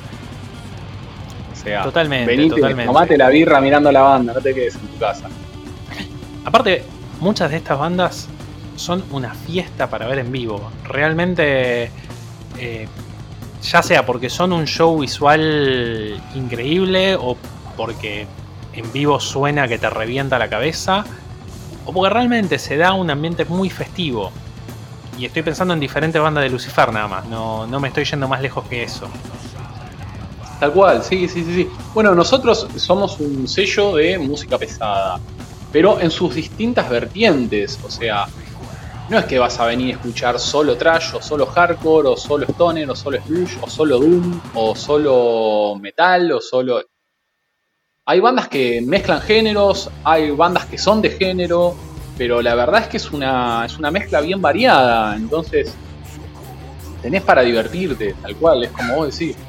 O sea, totalmente. Tomate la birra mirando la banda, no te quedes en tu casa. Aparte, muchas de estas bandas son una fiesta para ver en vivo. Realmente, ya sea porque son un show visual increíble o porque en vivo suena que te revienta la cabeza, o porque realmente se da un ambiente muy festivo. Y estoy pensando en diferentes bandas de Lucifer nada más, no me estoy yendo más lejos que eso. Tal cual, sí. Bueno, nosotros somos un sello de música pesada, pero en sus distintas vertientes. O sea, no es que vas a venir a escuchar solo thrash, o solo hardcore, o solo stoner, o solo sludge, o solo doom, o solo metal, o solo... Hay bandas que mezclan géneros, hay bandas que son de género, pero la verdad es que es una mezcla bien variada. Entonces, tenés para divertirte, tal cual, es como vos decís.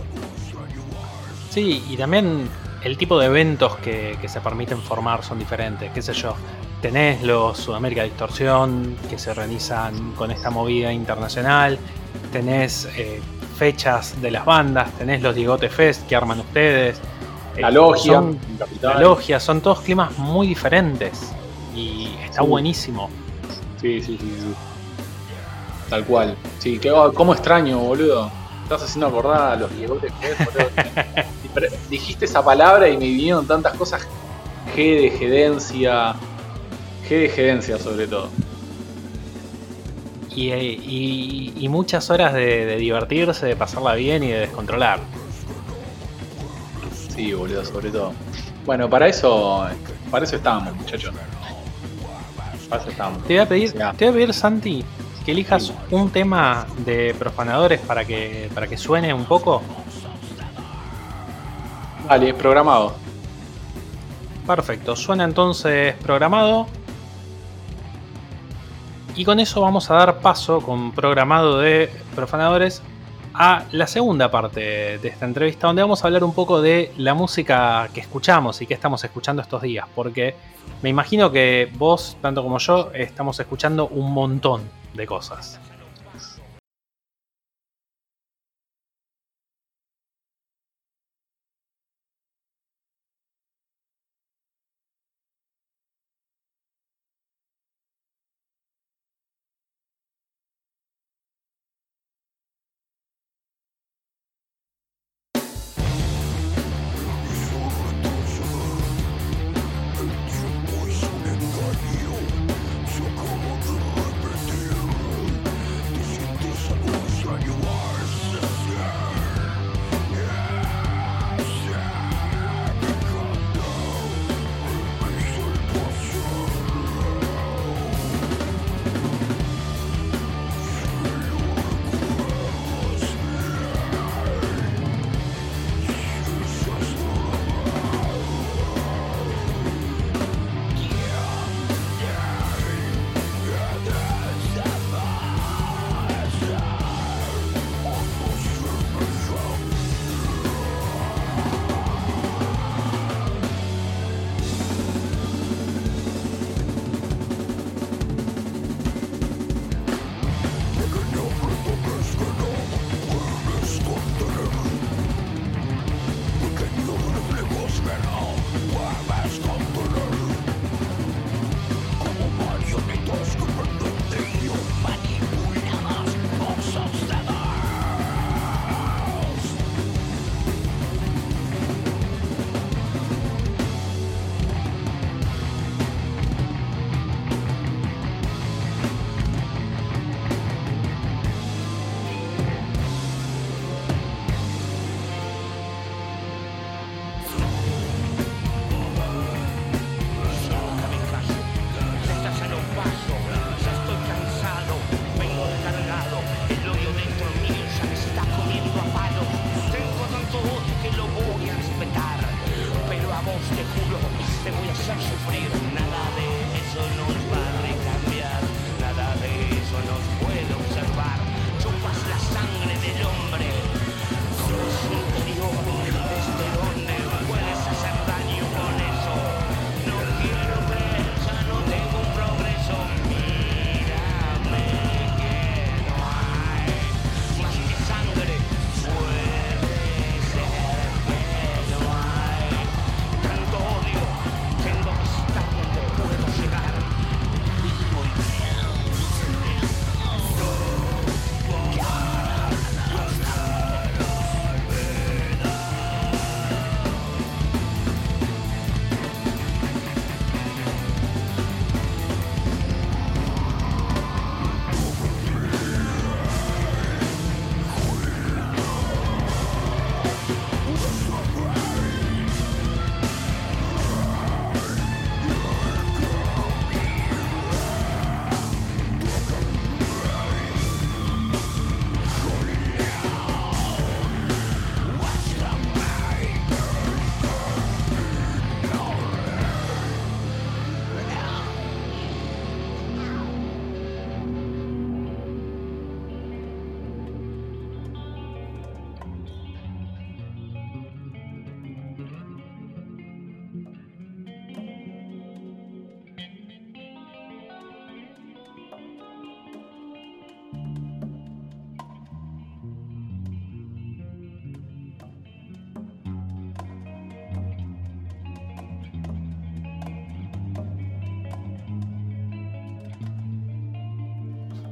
Sí, y también el tipo de eventos que se permiten formar son diferentes, qué sé yo. Tenés los Sudamérica Distorsión, que se organizan con esta movida internacional. Tenés fechas de las bandas, tenés los Diegote Fest que arman ustedes. La Logia, la Logia, son todos climas muy diferentes. Y está buenísimo. Sí. Tal cual. Sí, cómo extraño, boludo. Estás haciendo acordar a los Diegote Fest, boludo. Dijiste esa palabra y me vinieron tantas cosas. G de gedencia sobre todo. Y muchas horas de divertirse, de pasarla bien y de descontrolar. Sí, boludo, sobre todo. Bueno, para eso estábamos, muchachos. Para eso estábamos. Te voy a pedir, Santi, que elijas un tema de Profanadores para que suene un poco. Vale, programado. Perfecto, suena entonces programado. Y con eso vamos a dar paso, con programado de Profanadores, a la segunda parte de esta entrevista, donde vamos a hablar un poco de la música que escuchamos y que estamos escuchando estos días, porque me imagino que vos, tanto como yo, estamos escuchando un montón de cosas.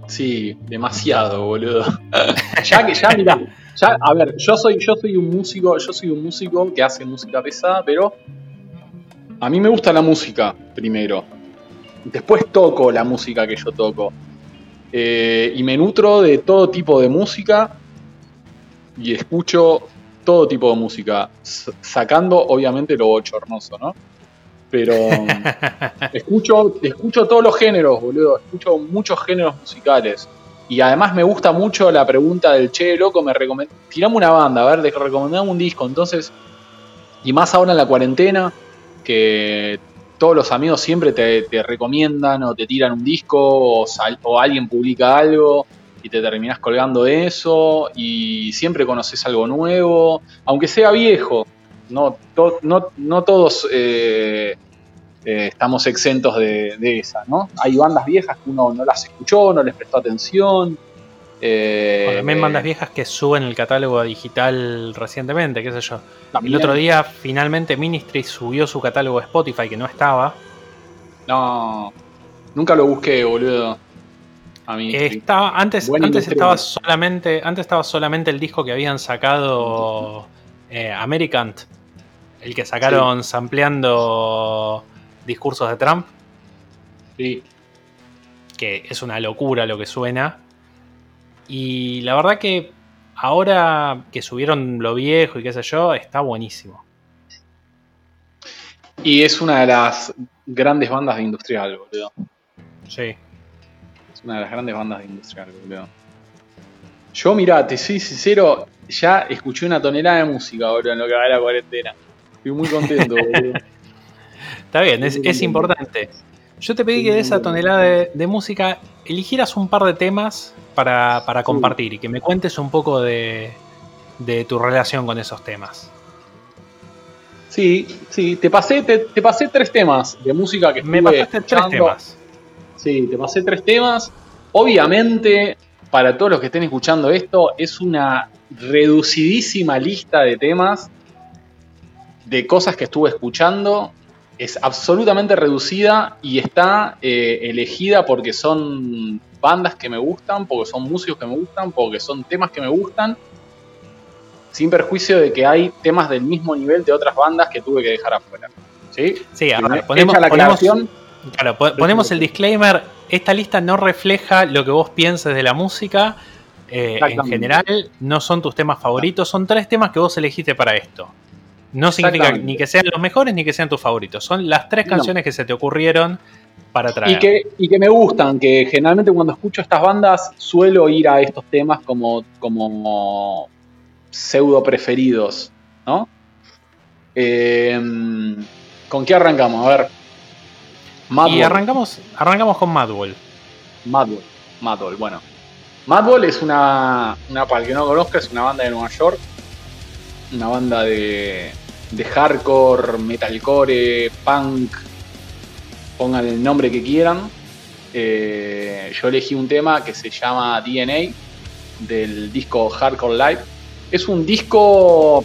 Sí, demasiado, boludo. ya mirá, a ver, yo soy un músico que hace música pesada, pero a mí me gusta la música primero. Después toco la música que yo toco. Y me nutro de todo tipo de música y escucho todo tipo de música, sacando obviamente lo bochornoso, ¿no? Pero escucho todos los géneros, boludo. Escucho muchos géneros musicales. Y además me gusta mucho la pregunta del che, loco, tirame una banda, a ver, recomendame un disco. Entonces, y más ahora en la cuarentena, que todos los amigos siempre te recomiendan o te tiran un disco o alguien publica algo y te terminás colgando de eso y siempre conoces algo nuevo, aunque sea viejo. No todos estamos exentos de esa, ¿no? Hay bandas viejas que uno no las escuchó, no les prestó atención. También bandas viejas que suben el catálogo digital recientemente, qué sé yo. También. El otro día finalmente Ministry subió su catálogo de Spotify, que no estaba. No, nunca lo busqué, boludo. A mí. Antes estaba solamente el disco que habían sacado Americant, el que sacaron sampleando discursos de Trump. Sí. Que es una locura lo que suena. Y la verdad que ahora que subieron lo viejo y qué sé yo, está buenísimo. Y es una de las grandes bandas de industrial, boludo. Sí. Es una de las grandes bandas de industrial, boludo. Yo, mirá, te soy sincero, ya escuché una tonelada de música, boludo, en lo que va de la cuarentena. Estoy muy contento, boludo. Está bien, es importante. Yo te pedí que de esa tonelada de música eligieras un par de temas para compartir y que me cuentes un poco de tu relación con esos temas. Sí, te pasé 3 temas de música que estuve pasaste escuchando. 3 temas. Sí, te pasé 3 temas. Obviamente, para todos los que estén escuchando esto, es una reducidísima lista de temas, de cosas que estuve escuchando. Es absolutamente reducida y está elegida porque son bandas que me gustan, porque son músicos que me gustan, porque son temas que me gustan, sin perjuicio de que hay temas del mismo nivel de otras bandas que tuve que dejar afuera. Sí, a ver, ponemos el disclaimer. Esta lista no refleja lo que vos pienses de la música. En general, no son tus temas favoritos. Son 3 temas que vos elegiste para esto. No significa ni que sean los mejores ni que sean tus favoritos. Son las 3 canciones que se te ocurrieron para traer. Y que me gustan, que generalmente cuando escucho estas bandas suelo ir a estos temas como pseudo preferidos, ¿no? ¿Con qué arrancamos? A ver. Y arrancamos con Madball. Madball, bueno. Madball es una para el que no conozca, es una banda de Nueva York. Una banda de hardcore, metalcore, punk, pongan el nombre que quieran. Yo elegí un tema que se llama DNA, del disco Hardcore Live. Es un disco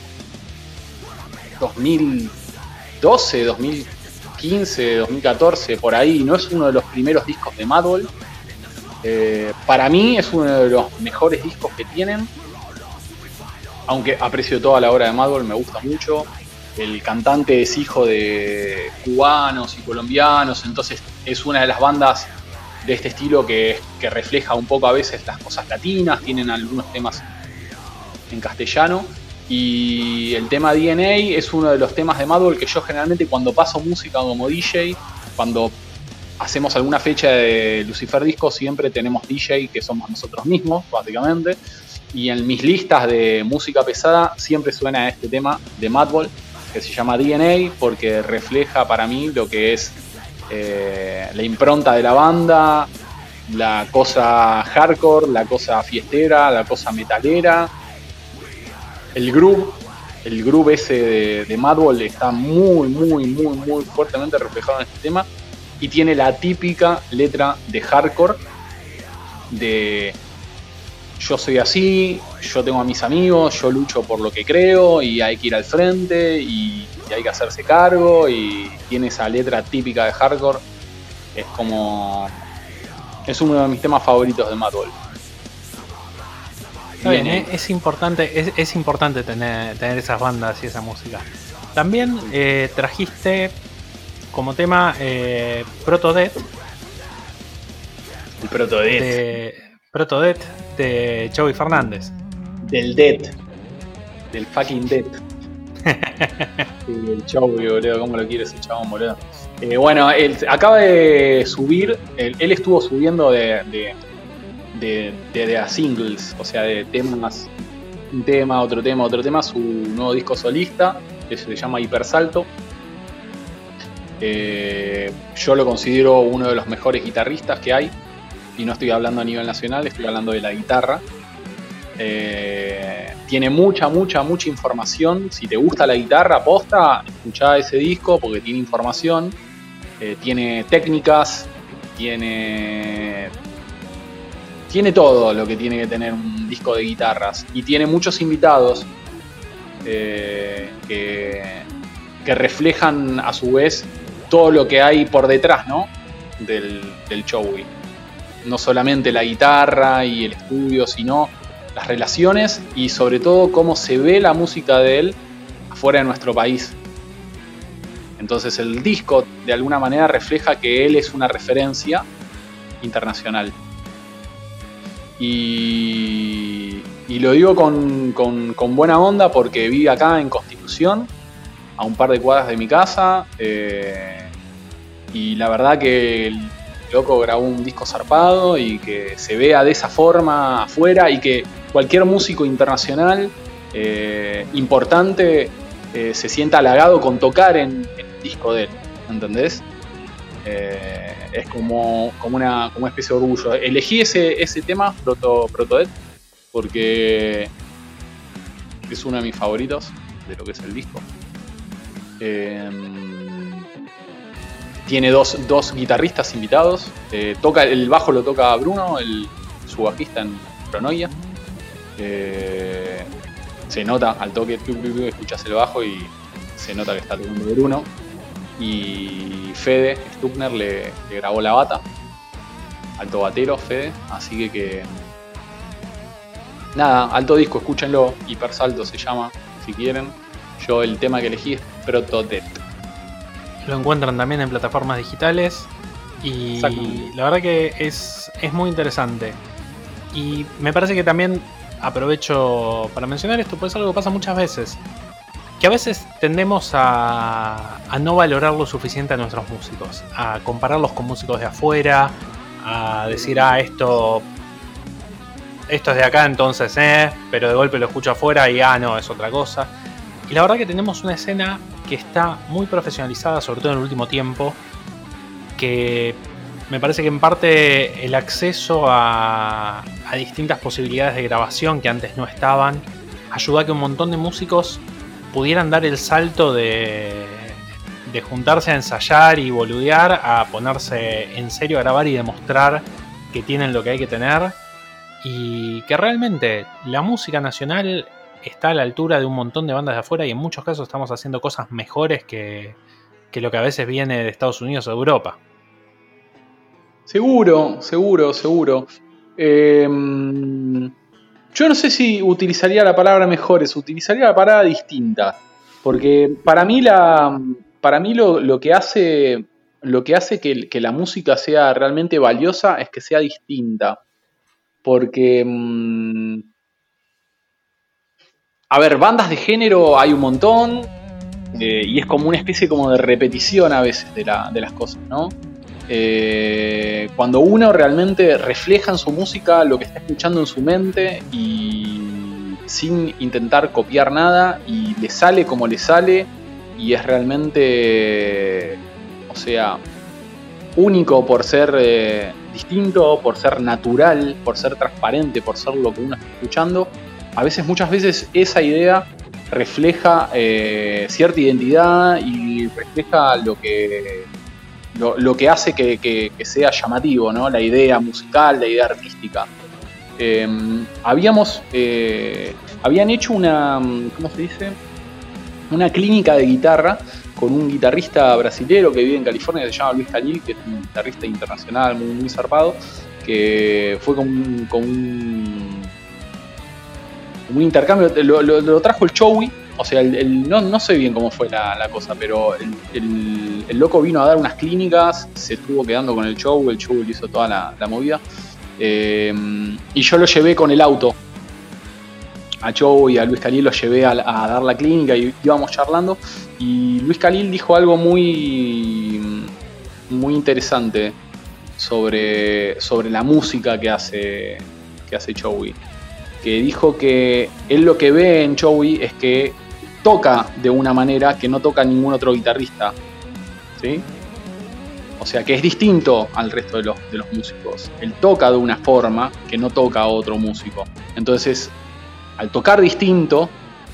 2012, 2015, 2014, por ahí. No es uno de los primeros discos de Madball. Para mí es uno de los mejores discos que tienen. Aunque aprecio toda la obra de Madball, me gusta mucho. El cantante es hijo de cubanos y colombianos, entonces es una de las bandas de este estilo que refleja un poco a veces las cosas latinas. Tienen algunos temas en castellano. Y el tema DNA es uno de los temas de Madball que yo generalmente cuando paso música como DJ, cuando hacemos alguna fecha de Lucifer Disco, siempre tenemos DJ que somos nosotros mismos, básicamente. Y en mis listas de música pesada siempre suena este tema de Madball, que se llama DNA, porque refleja para mí lo que es la impronta de la banda, la cosa hardcore, la cosa fiestera, la cosa metalera. El groove ese de Madball está muy, muy, muy, muy fuertemente reflejado en este tema. Y tiene la típica letra de hardcore de yo soy así, yo tengo a mis amigos, yo lucho por lo que creo y hay que ir al frente y hay que hacerse cargo, y tiene esa letra típica de hardcore. Es como Es uno de mis temas favoritos de Madball. Está bien, es importante tener esas bandas y esa música. También trajiste como tema Proto Death. El Proto Death. Proto Death de Joey Fernández. Del Death. Del fucking Death. Sí, el Joey, boludo. ¿Cómo lo quiere ese chabón, boludo? Bueno, él acaba de subir. Él estuvo subiendo de a singles, o sea, de temas, un tema, otro tema, su nuevo disco solista, que se llama Hipersalto. Yo lo considero uno de los mejores guitarristas que hay, y no estoy hablando a nivel nacional, estoy hablando de la guitarra. Tiene mucha información. Si te gusta la guitarra posta, escuchá ese disco porque tiene información, tiene técnicas, tiene todo lo que tiene que tener un disco de guitarras, y tiene muchos invitados que reflejan a su vez todo lo que hay por detrás, ¿no? del Joey. No solamente la guitarra y el estudio, sino las relaciones y sobre todo cómo se ve la música de él afuera de nuestro país. Entonces el disco de alguna manera refleja que él es una referencia internacional. Y lo digo con buena onda porque vive acá en Constitución, a un par de cuadras de mi casa, y la verdad que el loco grabó un disco zarpado y que se vea de esa forma afuera, y que cualquier músico internacional importante se sienta halagado con tocar en el disco de él, ¿entendés? Es como una especie de orgullo. Elegí ese tema, Proto Death, porque es uno de mis favoritos de lo que es el disco. Tiene dos guitarristas invitados. El bajo lo toca Bruno, su bajista en Pronoia. Se nota al toque, escuchas el bajo y se nota que está tocando Bruno. Y Fede Stuckner le grabó la bata, alto batero Fede, así que nada, alto disco, escúchenlo, Hipersalto se llama, si quieren. Yo el tema que elegí es Proto Death. Lo encuentran también en plataformas digitales y la verdad que es muy interesante. Y me parece que también aprovecho para mencionar esto, pues es algo que pasa muchas veces, que a veces tendemos a no valorar lo suficiente a nuestros músicos, a compararlos con músicos de afuera, a decir, esto es de acá, entonces, pero de golpe lo escucho afuera y no, es otra cosa. Y la verdad que tenemos una escena que está muy profesionalizada, sobre todo en el último tiempo, que me parece que en parte el acceso a distintas posibilidades de grabación que antes no estaban, ayudó a que un montón de músicos pudieran dar el salto de juntarse a ensayar y boludear a ponerse en serio a grabar y demostrar que tienen lo que hay que tener, y que realmente la música nacional está a la altura de un montón de bandas de afuera, y en muchos casos estamos haciendo cosas mejores que lo que a veces viene de Estados Unidos o de Europa. Seguro. Yo no sé si utilizaría la palabra mejores, utilizaría la palabra distinta, porque para mí lo que hace que la música sea realmente valiosa es que sea distinta, porque a ver, bandas de género hay un montón, y es como una especie como de repetición a veces de las cosas, ¿no? Cuando uno realmente refleja en su música lo que está escuchando en su mente y sin intentar copiar nada, y le sale como le sale, y es realmente, o sea, único por ser distinto, por ser natural, por ser transparente, por ser lo que uno está escuchando. Muchas veces esa idea refleja cierta identidad y refleja lo que hace que sea llamativo, ¿no? La idea musical, la idea artística. Habían hecho ¿cómo se dice? Una clínica de guitarra con un guitarrista brasilero que vive en California, que se llama Luis Khalil, que es un guitarrista internacional muy, muy zarpado. que fue con un intercambio, lo trajo el Chowi, o sea, no sé bien cómo fue la cosa, pero el loco vino a dar unas clínicas, se estuvo quedando con el Chowi le hizo toda la movida, y yo lo llevé con el auto, a Chowi y a Luis Khalil los llevé a dar la clínica y íbamos charlando, y Luis Khalil dijo algo muy, muy interesante sobre la música que hace Chowi, que dijo que él lo que ve en Chowi es que toca de una manera que no toca ningún otro guitarrista, ¿sí? O sea que es distinto al resto de los músicos. Él toca de una forma que no toca otro músico. Entonces, al tocar distinto,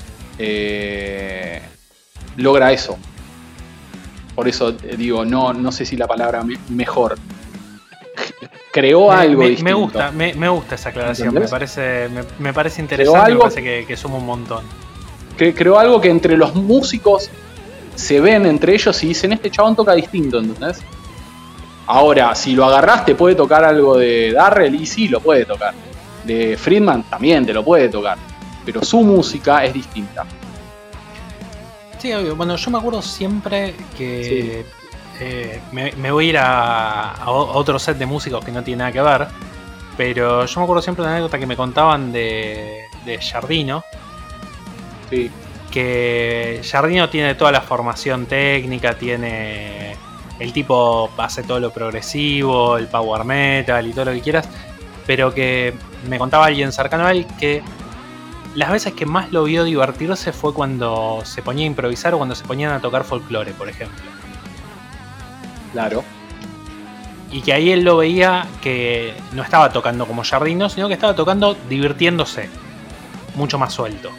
logra eso. Por eso digo, no sé si la palabra mejor. Creó algo distinto. Me gusta esa aclaración. ¿Entendés? Me parece interesante, me parece que suma un montón. Creó algo que entre los músicos se ven entre ellos y dicen, este chabón toca distinto, ¿entendés? Ahora, si lo agarrás, te puede tocar algo de Darrell, y sí, lo puede tocar. De Friedman también te lo puede tocar. Pero su música es distinta. Sí, obvio. Bueno, yo me acuerdo siempre que me voy a ir a otro set de músicos que no tiene nada que ver. Pero yo me acuerdo siempre de una anécdota que me contaban de Giardino. Sí. Que Giardino tiene toda la formación técnica, tiene... El tipo hace todo lo progresivo, el power metal y todo lo que quieras, pero que me contaba alguien cercano a él que las veces que más lo vio divertirse fue cuando se ponía a improvisar o cuando se ponían a tocar folclore, por ejemplo. Claro. Y que ahí él lo veía que no estaba tocando como Giardino, sino que estaba tocando divirtiéndose, mucho más suelto.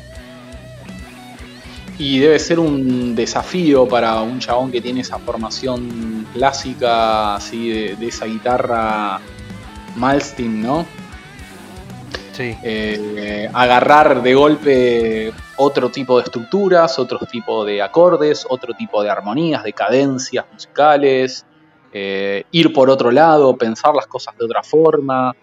Y debe ser un desafío para un chabón que tiene esa formación clásica, así de esa guitarra Malmsteen, ¿no? Sí. Agarrar de golpe otro tipo de estructuras, otro tipo de acordes, otro tipo de armonías, de cadencias musicales, ir por otro lado, pensar las cosas de otra forma.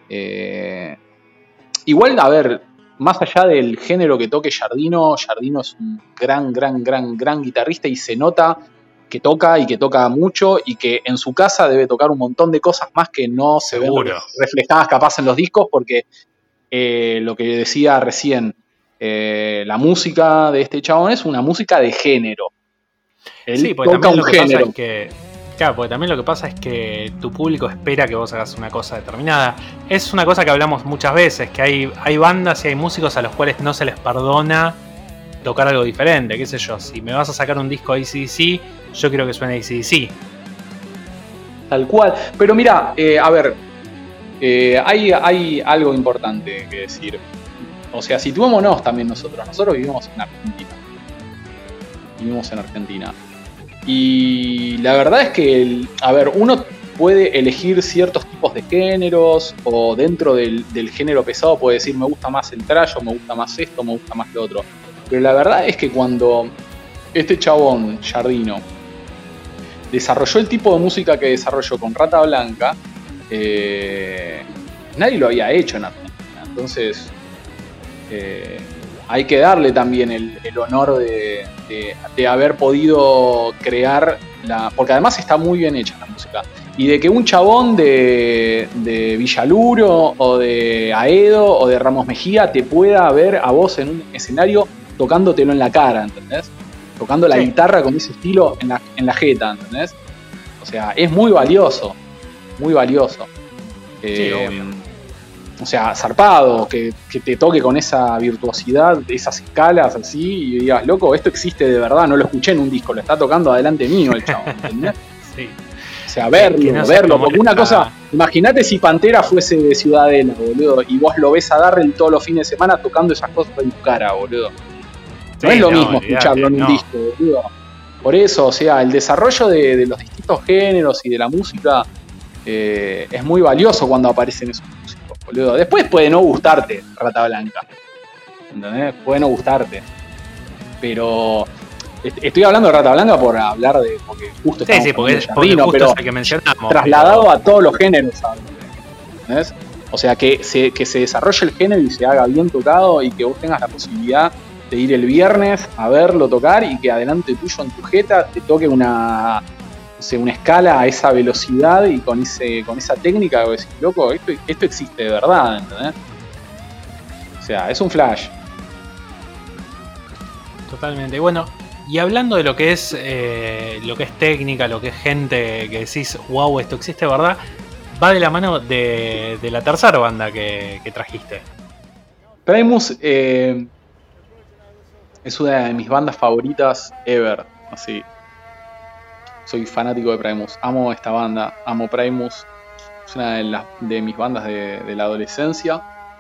Igual, a ver, más allá del género que toque Giardino es un gran guitarrista y se nota que toca y que toca mucho y que en su casa debe tocar un montón de cosas más que no se ven reflejadas capaz en los discos, porque lo que decía recién, la música de este chabón es una música de género. Él sí, porque toca también un lo que género. pasa es que... Claro, porque también lo que pasa es que tu público espera que vos hagas una cosa determinada. Es una cosa que hablamos muchas veces, que hay bandas y hay músicos a los cuales no se les perdona tocar algo diferente, qué sé yo. Si me vas a sacar un disco de AC/DC, yo quiero que suene AC/DC. Tal cual. Pero mira, a ver, hay algo importante que decir. O sea, situémonos también nosotros. Nosotros vivimos en Argentina. Y la verdad es que, uno puede elegir ciertos tipos de géneros, o dentro del género pesado puede decir, me gusta más el thrash, o me gusta más esto, me gusta más lo otro. Pero la verdad es que cuando este chabón, Giardino, desarrolló el tipo de música que desarrolló con Rata Blanca, nadie lo había hecho en Argentina. Entonces, hay que darle también el honor de haber podido crear porque además está muy bien hecha la música, y de que un chabón de Villaluro o de Aedo o de Ramos Mejía te pueda ver a vos en un escenario tocándotelo en la cara, ¿entendés? Tocando la guitarra con ese estilo en la jeta, ¿entendés? O sea, es muy valioso, muy valioso. Sí, obvio. O sea, zarpado, que te toque con esa virtuosidad, esas escalas así, y digas, loco, esto existe de verdad, no lo escuché en un disco, lo está tocando adelante mío el chabón, ¿entendés? Sí. O sea, verlo, porque una cosa, imagínate si Pantera fuese de Ciudadela, boludo, y vos lo ves a Darrell todos los fines de semana tocando esas cosas en tu cara, boludo. No es lo mismo escucharlo en un disco, boludo. Por eso, o sea, el desarrollo de los distintos géneros y de la música es muy valioso cuando aparecen esos músicos, boludo. Después puede no gustarte Rata Blanca, ¿entendés? Puede no gustarte, pero estoy hablando de Rata Blanca porque justo estamos porque Giardino, justo pero es el que mencionamos, trasladado a todos los géneros, ¿sabes? ¿entendés? O sea, que se desarrolle el género y se haga bien tocado y que vos tengas la posibilidad de ir el viernes a verlo tocar y que adelante tuyo en tu jeta te toque una escala a esa velocidad y con esa técnica que vos decís, loco, esto existe de verdad, ¿entendés? O sea, es un flash. Totalmente. Bueno, y hablando de lo que es técnica, lo que es gente que decís, wow, esto existe de verdad, va de la mano de la tercera banda que trajiste. Primus es una de mis bandas favoritas ever, así. Soy fanático de Primus, amo esta banda, amo Primus, es una de mis bandas de la adolescencia.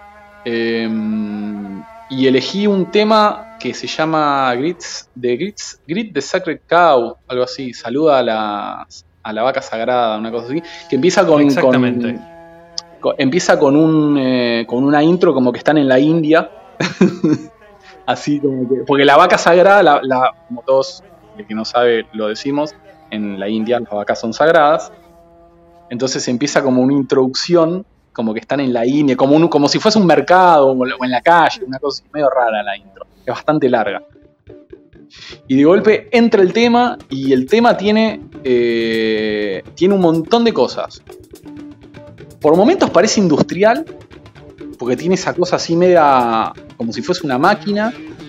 Y elegí un tema que se llama Greet the Sacred Cow, algo así, saluda a la vaca sagrada, una cosa así, que empieza empieza con una intro como que están en la India. Así como que, porque la vaca sagrada, como todos, el que no sabe lo decimos, en la India las vacas son sagradas. Entonces empieza como una introducción, como que están en la India, como si fuese un mercado o en la calle, una cosa así, medio rara la intro, es bastante larga. Y de golpe entra el tema y el tema tiene un montón de cosas. Por momentos parece industrial, porque tiene esa cosa así media como si fuese una máquina.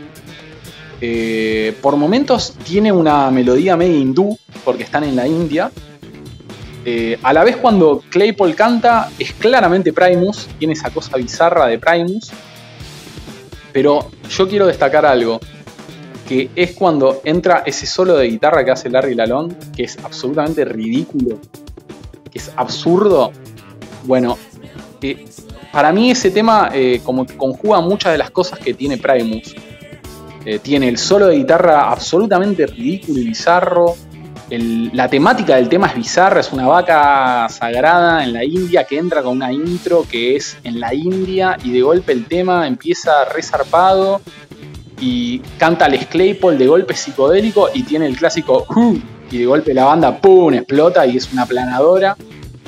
Por momentos tiene una melodía media hindú, porque están en la India. A la vez cuando Claypool canta es claramente Primus, tiene esa cosa bizarra de Primus. Pero yo quiero destacar algo, que es cuando entra ese solo de guitarra que hace Larry Lalonde, que es absolutamente ridículo, que es absurdo. Bueno, para mí ese tema como que conjuga muchas de las cosas que tiene Primus. Tiene el solo de guitarra absolutamente ridículo y bizarro. La temática del tema es bizarra, es una vaca sagrada en la India que entra con una intro que es en la India y de golpe el tema empieza resarpado y canta Les Claypool de golpe psicodélico y tiene el clásico y de golpe la banda ¡pum! Explota y es una aplanadora.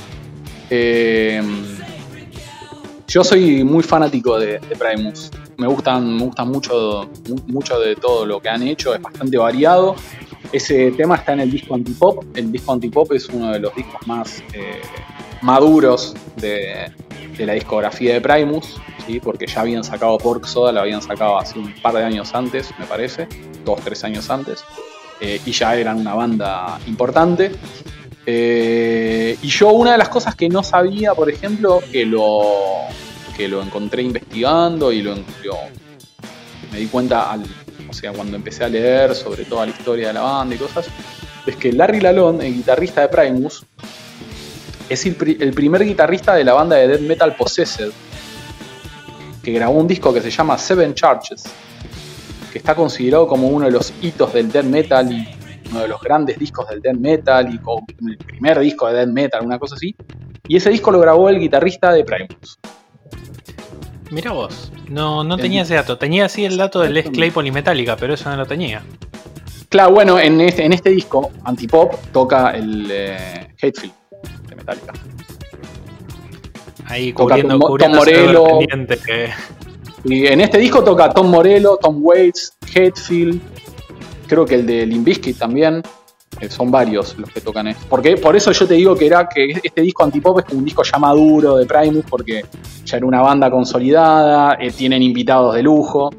Yo soy muy fanático de Primus. Me gusta mucho de todo lo que han hecho, es bastante variado. Ese tema está en el disco Antipop. El disco Antipop es uno de los discos más maduros de la discografía de Primus, ¿sí? Porque ya habían sacado Pork Soda, lo habían sacado hace un par de años antes, me parece, 2-3 años antes, y ya eran una banda importante. Y yo una de las cosas que no sabía, por ejemplo, que lo encontré investigando y me di cuenta cuando empecé a leer sobre toda la historia de la banda y cosas, es que Larry Lalonde, el guitarrista de Primus, es el primer guitarrista de la banda de death metal Possessed, que grabó un disco que se llama Seven Charges, que está considerado como uno de los hitos del death metal y uno de los grandes discos del death metal y como el primer disco de death metal, una cosa así. Y ese disco lo grabó el guitarrista de Primus. Mirá vos, no tenía ese dato. Tenía así el dato de Les Claypool y Metallica, pero eso no lo tenía. Claro, bueno, en este disco, Antipop, toca el Hateful de Metallica. Ahí toca cubriendo Tom Morello. Que... Y en este disco toca Tom Morello, Tom Waits, Hateful, creo que el de Limp Bizkit también. Son varios los que tocan esto. Porque por eso yo te digo que este disco Antipop es como un disco ya maduro de Primus, porque ya era una banda consolidada, tienen invitados de lujo.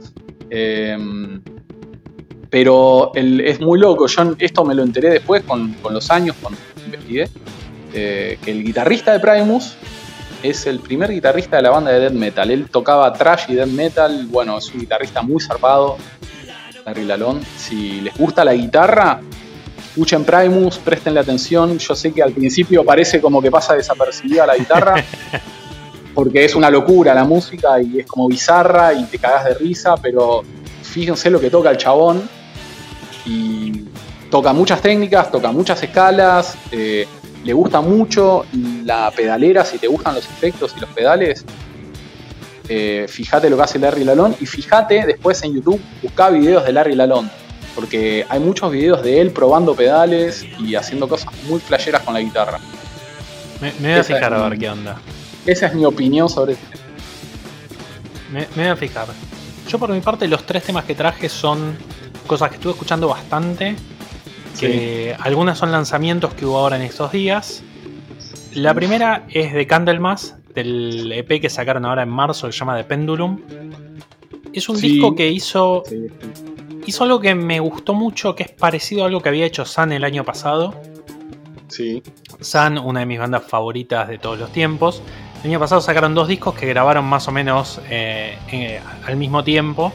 Pero es muy loco. Yo esto me lo enteré después con los años, cuando investigué, que el guitarrista de Primus es el primer guitarrista de la banda de death metal. Él tocaba thrash y death metal. Bueno, es un guitarrista muy zarpado, Larry Lalonde. Si les gusta la guitarra, escuchen Primus, prestenle atención. Yo sé que al principio parece como que pasa desapercibida la guitarra, porque es una locura la música y es como bizarra y te cagás de risa, pero fíjense lo que toca el chabón. Y toca muchas técnicas, toca muchas escalas, le gusta mucho la pedalera. Si te gustan los efectos y los pedales, fíjate lo que hace Larry Lalonde y fíjate después en YouTube, buscá videos de Larry Lalonde, porque hay muchos videos de él probando pedales y haciendo cosas muy flasheras con la guitarra. Me voy a fijar a ver qué onda. Esa es mi opinión sobre este tema. Me voy a fijar. Yo por mi parte los 3 temas que traje son cosas que estuve escuchando bastante. Que algunas son lanzamientos que hubo ahora en estos días. La primera es de Candlemas, del EP que sacaron ahora en marzo, que se llama The Pendulum. Es un disco que hizo algo que me gustó mucho, que es parecido a algo que había hecho Sun el año pasado. Sí. Sun, una de mis bandas favoritas de todos los tiempos. El año pasado sacaron 2 discos que grabaron más o menos al mismo tiempo.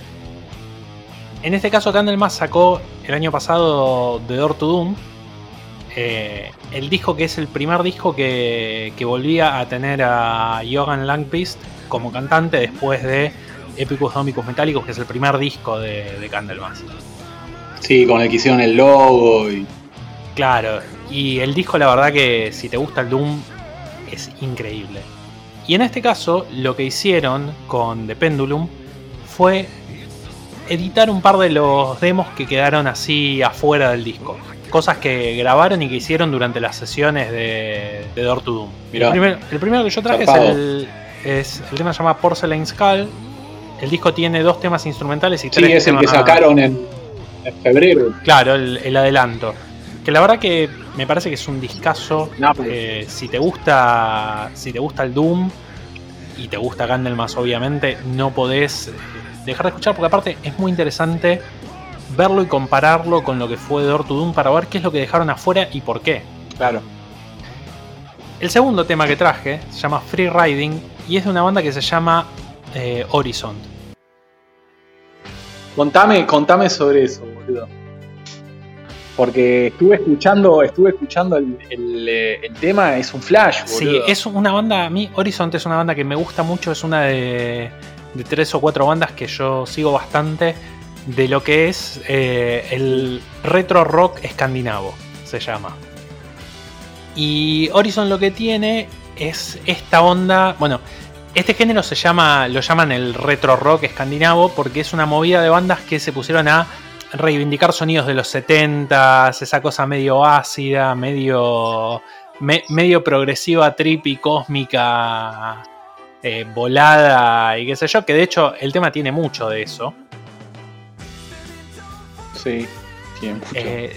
En este caso Candlemas sacó el año pasado The Door to Doom, el disco que es el primer disco que volvía a tener a Johan Langqvist como cantante después de Epicus Domicus Metallicus, que es el primer disco de Candlemas. Sí, con el que hicieron el logo y... Claro, y el disco la verdad que si te gusta el Doom es increíble. Y en este caso lo que hicieron con The Pendulum fue editar un par de los demos que quedaron así afuera del disco. Cosas que grabaron y que hicieron durante las sesiones de Door to Doom. El primero que yo traje es el tema que se llama Porcelain Skull. El disco tiene 2 temas instrumentales y 3 temas... Sí, es el que sacaron en febrero. Claro, el adelanto. Que la verdad que me parece que es un discazo. Si te gusta el Doom y te gusta Candlemas, obviamente, no podés dejar de escuchar, porque aparte es muy interesante verlo y compararlo con lo que fue Door to Doom para ver qué es lo que dejaron afuera y por qué. Claro. El segundo tema que traje se llama Free Riding y es de una banda que se llama Horizon. Contame sobre eso, boludo. Porque estuve escuchando el tema, es un flash, boludo. Sí, es una banda, a mí Horizon es una banda que me gusta mucho, es una de 3 o 4 bandas que yo sigo bastante de lo que es el retro rock escandinavo, se llama. Y Horizon lo que tiene es esta onda, bueno, este género lo llaman el retro rock escandinavo porque es una movida de bandas que se pusieron a reivindicar sonidos de los 70s, esa cosa medio ácida, medio progresiva, trippy, cósmica, volada y qué sé yo, que de hecho el tema tiene mucho de eso. Sí, tiene mucho.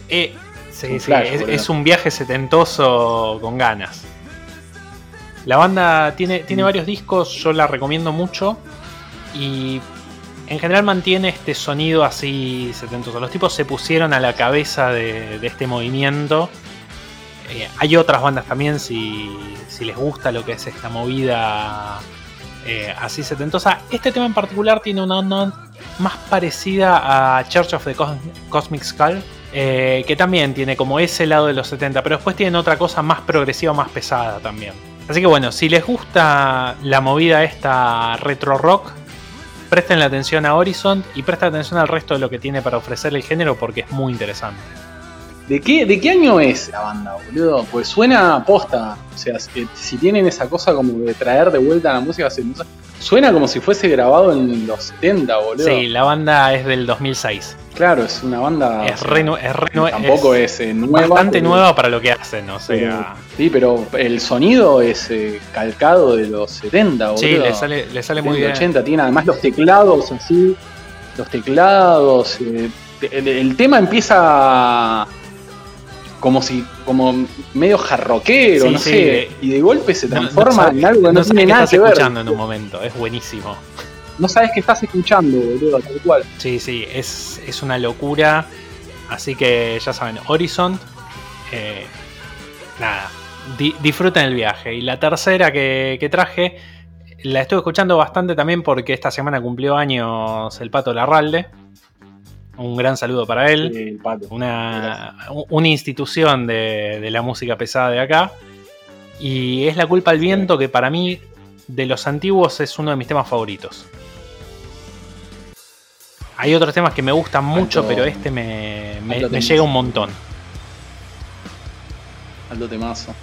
Es un viaje setentoso con ganas. La banda tiene varios discos, yo la recomiendo mucho y en general mantiene este sonido así setentoso. Los tipos se pusieron a la cabeza de este movimiento. Hay otras bandas también, si les gusta lo que es esta movida así setentosa. Este tema en particular tiene una onda más parecida a Church of the Cosmic Skull, que también tiene como ese lado de los 70, pero después tienen otra cosa más progresiva, más pesada también. Así que bueno, si les gusta la movida esta retro rock, presten la atención a Horizon y presten atención al resto de lo que tiene para ofrecer el género porque es muy interesante. ¿De qué año es la banda, boludo? Pues suena posta. O sea, si tienen esa cosa como de traer de vuelta la música, suena como si fuese grabado en los 70, boludo. Sí, la banda es del 2006. Claro, es una banda... Tampoco es nueva. Bastante nueva para lo que hacen, o sea... Sí, pero el sonido es calcado de los 70, boludo. Sí, le sale muy bien. 80, tiene además los teclados así. Los teclados... el tema empieza... como medio jarroquero, no sé, y de golpe se transforma en algo que no tiene nada que ver. Estás escuchando en un momento, es buenísimo. No sabes qué estás escuchando, boludo, tal cual. Sí, es una locura, así que ya saben, Horizon, nada, disfruten el viaje. Y la tercera que traje, la estuve escuchando bastante también porque esta semana cumplió años el Pato Larralde. Un gran saludo para él. Sí, el Pato. Una institución de la música pesada de acá. Y es La culpa al viento, que para mí, de los antiguos, es uno de mis temas favoritos. Hay otros temas que me gustan mucho, pero este me llega un montón. Alto temazo.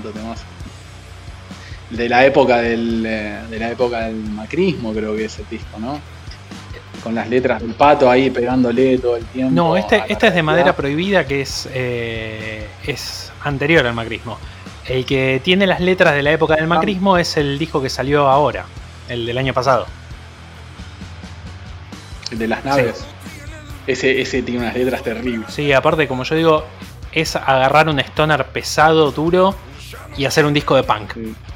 De la época del macrismo, creo que es el disco, ¿no? Con las letras del Pato ahí pegándole todo el tiempo. No, este es de Madera Prohibida, que es anterior al macrismo. El que tiene las letras de la época del macrismo es el disco que salió ahora, el del año pasado. El de las naves. Sí. Ese tiene unas letras terribles. Sí, aparte, como yo digo, es agarrar un stoner pesado, duro, y hacer un disco de punk.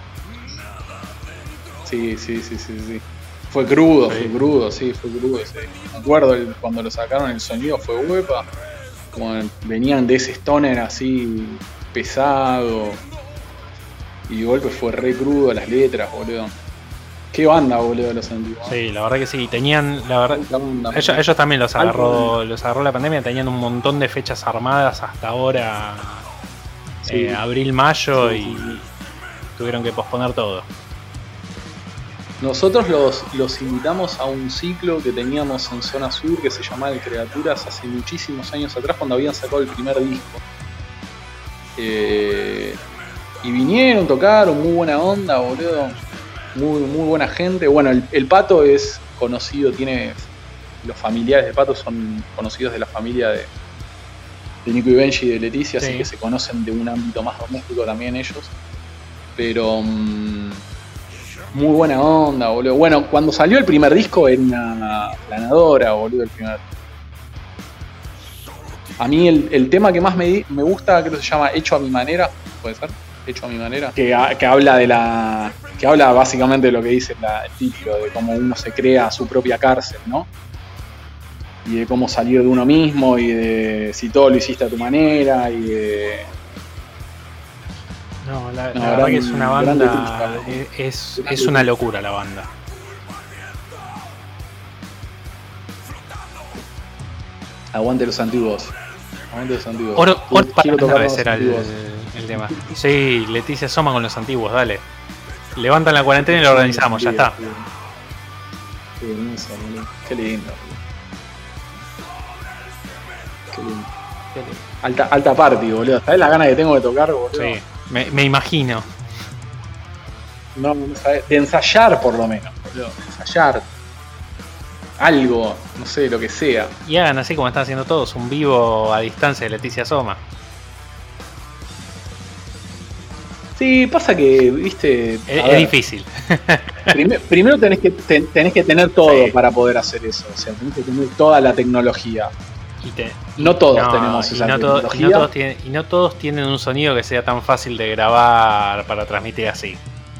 Sí. Fue crudo, sí. fue crudo. Sí. Me acuerdo cuando lo sacaron, el sonido fue huepa. Como venían de ese stoner así pesado. Y de golpe fue re crudo las letras, boludo. Qué banda, boludo, los antiguos. Sí, la verdad que sí. Tenían, la verdad, ellos también los agarró la pandemia. Tenían un montón de fechas armadas hasta ahora, abril, mayo, y tuvieron que posponer todo. Nosotros los invitamos a un ciclo que teníamos en Zona Sur que se llamaba El Creaturas hace muchísimos años atrás, cuando habían sacado el primer disco. Y vinieron, tocaron, muy buena onda, boludo. Muy, muy buena gente. Bueno, el Pato es conocido, los familiares de Pato son conocidos de la familia de Nico y Benji y de Leticia, sí. Así que se conocen de un ámbito más doméstico también ellos. Pero muy buena onda, boludo. Bueno, cuando salió el primer disco era una planadora, boludo, el primer. A mí el tema que más me gusta, creo que se llama Hecho a mi manera, ¿puede ser? Hecho a mi manera, que habla básicamente de lo que dice el título, de cómo uno se crea su propia cárcel, ¿no? Y de cómo salir de uno mismo, y de si todo lo hiciste a tu manera, y de... No, la verdad que es una banda, es una locura la banda. Aguante los antiguos. Oro para las naves era el tema. Sí, Leticia Soma con los antiguos, dale. Levantan la cuarentena y lo organizamos, ya está. Qué lindo. Alta party, boludo. ¿Sabés la gana que tengo de tocar, boludo? Sí, me imagino. No, ¿sabés? De ensayar por lo menos, boludo. Ensayar. Algo, no sé, lo que sea. Y hagan así como están haciendo todos, un vivo a distancia de Leticia Soma. Sí, pasa que, viste... Es difícil. Primero tenés que tener todo, sí, para poder hacer eso. O sea, tenés que tener toda la tecnología. No todos tenemos esa tecnología. No todos tienen un sonido que sea tan fácil de grabar para transmitir así.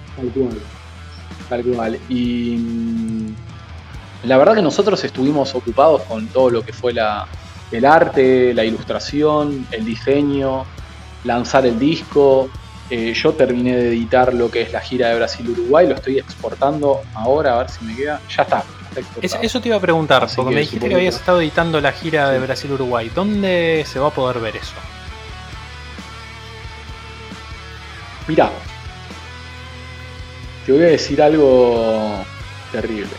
Tal cual. Y... la verdad que nosotros estuvimos ocupados con todo lo que fue el arte, la ilustración, el diseño, lanzar el disco. Yo terminé de editar lo que es la gira de Brasil-Uruguay, lo estoy exportando ahora, a ver si me queda. Ya está. Eso te iba a preguntar, así porque me dijiste que habías estado editando la gira de Brasil-Uruguay. ¿Dónde se va a poder ver eso? Mirá, te voy a decir algo terrible.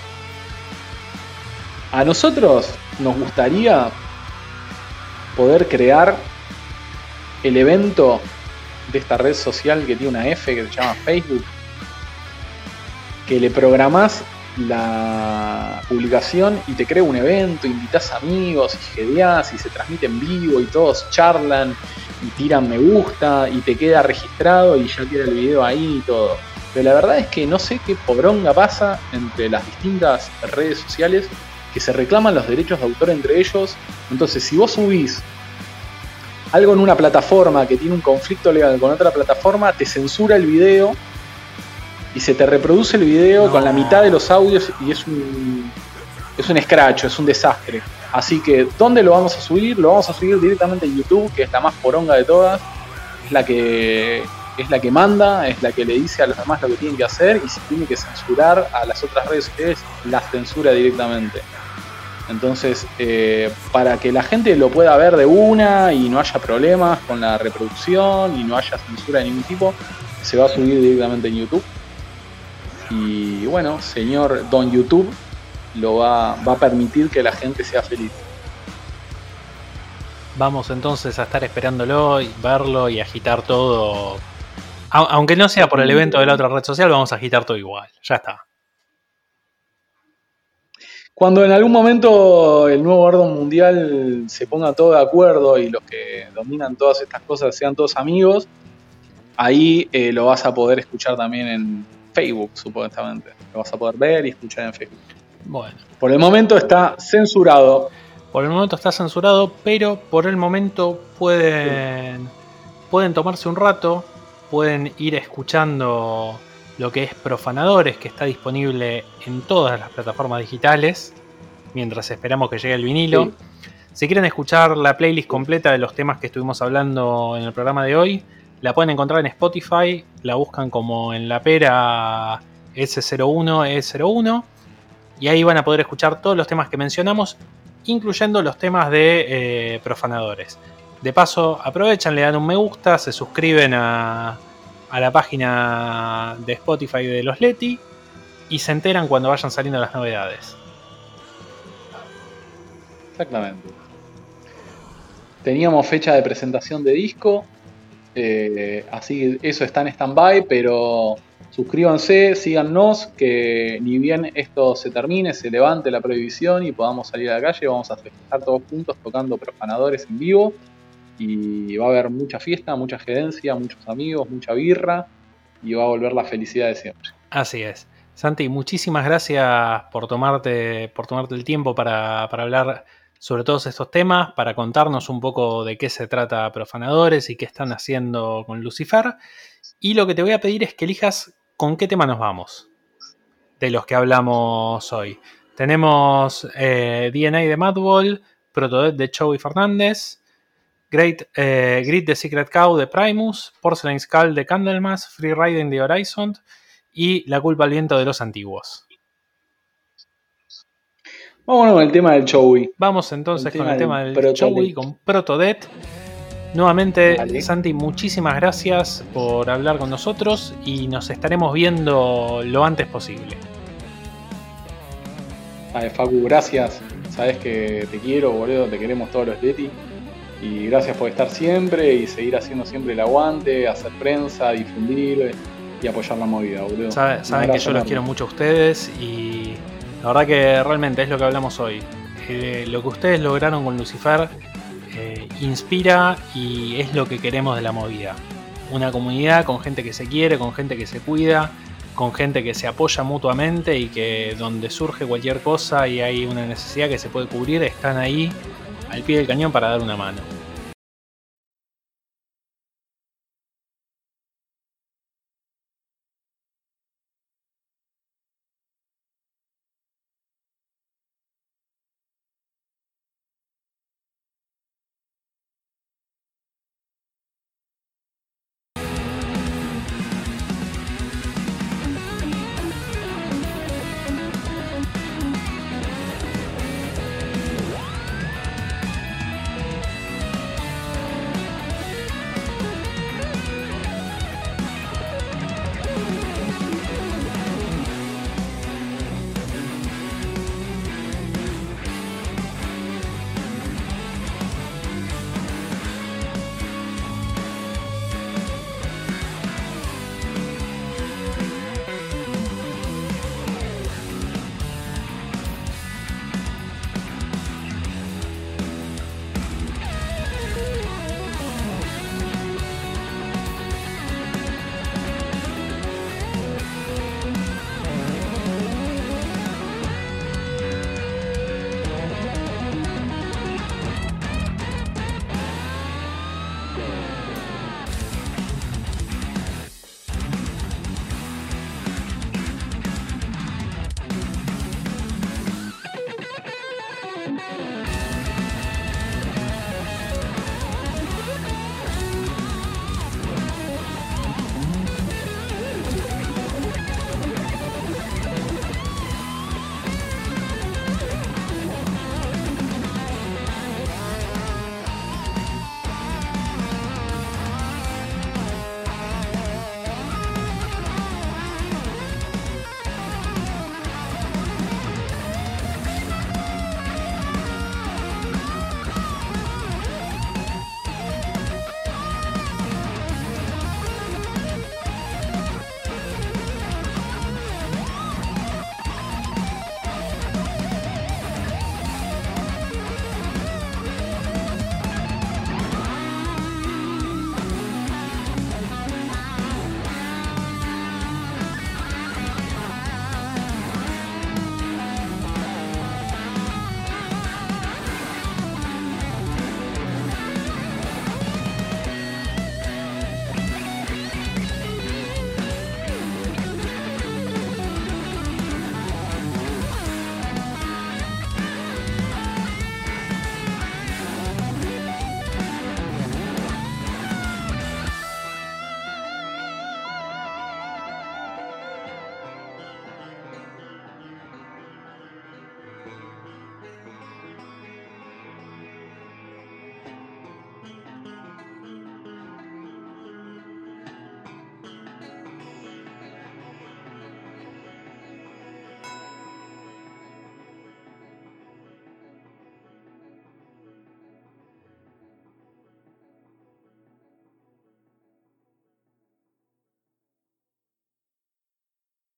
A nosotros nos gustaría poder crear el evento de esta red social que tiene una F, que se llama Facebook, que le programás la publicación y te crea un evento, invitas amigos y jedeás y se transmite en vivo y todos charlan y tiran me gusta y te queda registrado y ya queda el video ahí y todo. Pero la verdad es que no sé qué poronga pasa entre las distintas redes sociales, que se reclaman los derechos de autor entre ellos. Entonces, si vos subís algo en una plataforma que tiene un conflicto legal con otra plataforma, te censura el video y se te reproduce el video con la mitad de los audios y es un escracho, es un desastre. Así que, ¿dónde lo vamos a subir? Lo vamos a subir directamente en YouTube, que es la más poronga de todas, es la que manda, es la que le dice a los demás lo que tienen que hacer, y si tiene que censurar a las otras redes sociales, las censura directamente. Entonces, para que la gente lo pueda ver de una y no haya problemas con la reproducción y no haya censura de ningún tipo, se va a subir directamente en YouTube. Y bueno, señor Don YouTube va a permitir que la gente sea feliz. Vamos entonces a estar esperándolo y verlo y agitar todo. Aunque no sea por el evento de la otra red social, vamos a agitar todo igual. Ya está. Cuando en algún momento el nuevo orden mundial se ponga todo de acuerdo y los que dominan todas estas cosas sean todos amigos, ahí lo vas a poder escuchar también en Facebook, supuestamente. Lo vas a poder ver y escuchar en Facebook. Bueno. Por el momento está censurado. Por el momento está censurado, pero por el momento pueden tomarse un rato, pueden ir escuchando lo que es Profanadores, que está disponible en todas las plataformas digitales, mientras esperamos que llegue el vinilo. Sí. Si quieren escuchar la playlist completa de los temas que estuvimos hablando en el programa de hoy, la pueden encontrar en Spotify, la buscan como en la pera S01E01, y ahí van a poder escuchar todos los temas que mencionamos, incluyendo los temas de Profanadores. De paso, aprovechan, le dan un me gusta, se suscriben a la página de Spotify de los Leti y se enteran cuando vayan saliendo las novedades. Exactamente. Teníamos fecha de presentación de disco, así que eso está en stand-by, pero suscríbanse, síganos, que ni bien esto se termine, se levante la prohibición y podamos salir a la calle, vamos a festejar todos juntos tocando Profanadores en vivo. Y va a haber mucha fiesta, mucha gerencia, muchos amigos, mucha birra y va a volver la felicidad de siempre. Así es. Santi, muchísimas gracias por tomarte el tiempo para hablar sobre todos estos temas, para contarnos un poco de qué se trata Profanadores y qué están haciendo con Lucifer. Y lo que te voy a pedir es que elijas con qué tema nos vamos de los que hablamos hoy. Tenemos DNA de Madball, Protodeath de Joey Fernández, Grit the Secret Cow de Primus, Porcelain Skull de Candlemas, Free Riding de Horizon y La Culpa al Viento de los Antiguos. Vámonos con el tema del Joey. Vamos entonces con el tema del Joey, con Protodeath. Nuevamente, vale. Santi, muchísimas gracias por hablar con nosotros y nos estaremos viendo lo antes posible. Facu, gracias. Sabes que te quiero, boludo, te queremos todos los Leti. Y gracias por estar siempre y seguir haciendo siempre el aguante, hacer prensa, difundir y apoyar la movida, boludo. Saben que yo los quiero mucho a ustedes y la verdad que realmente es lo que hablamos hoy. Lo que ustedes lograron con Lucifer inspira y es lo que queremos de la movida. Una comunidad con gente que se quiere, con gente que se cuida, con gente que se apoya mutuamente y que donde surge cualquier cosa y hay una necesidad que se puede cubrir, están ahí al pie del cañón para dar una mano.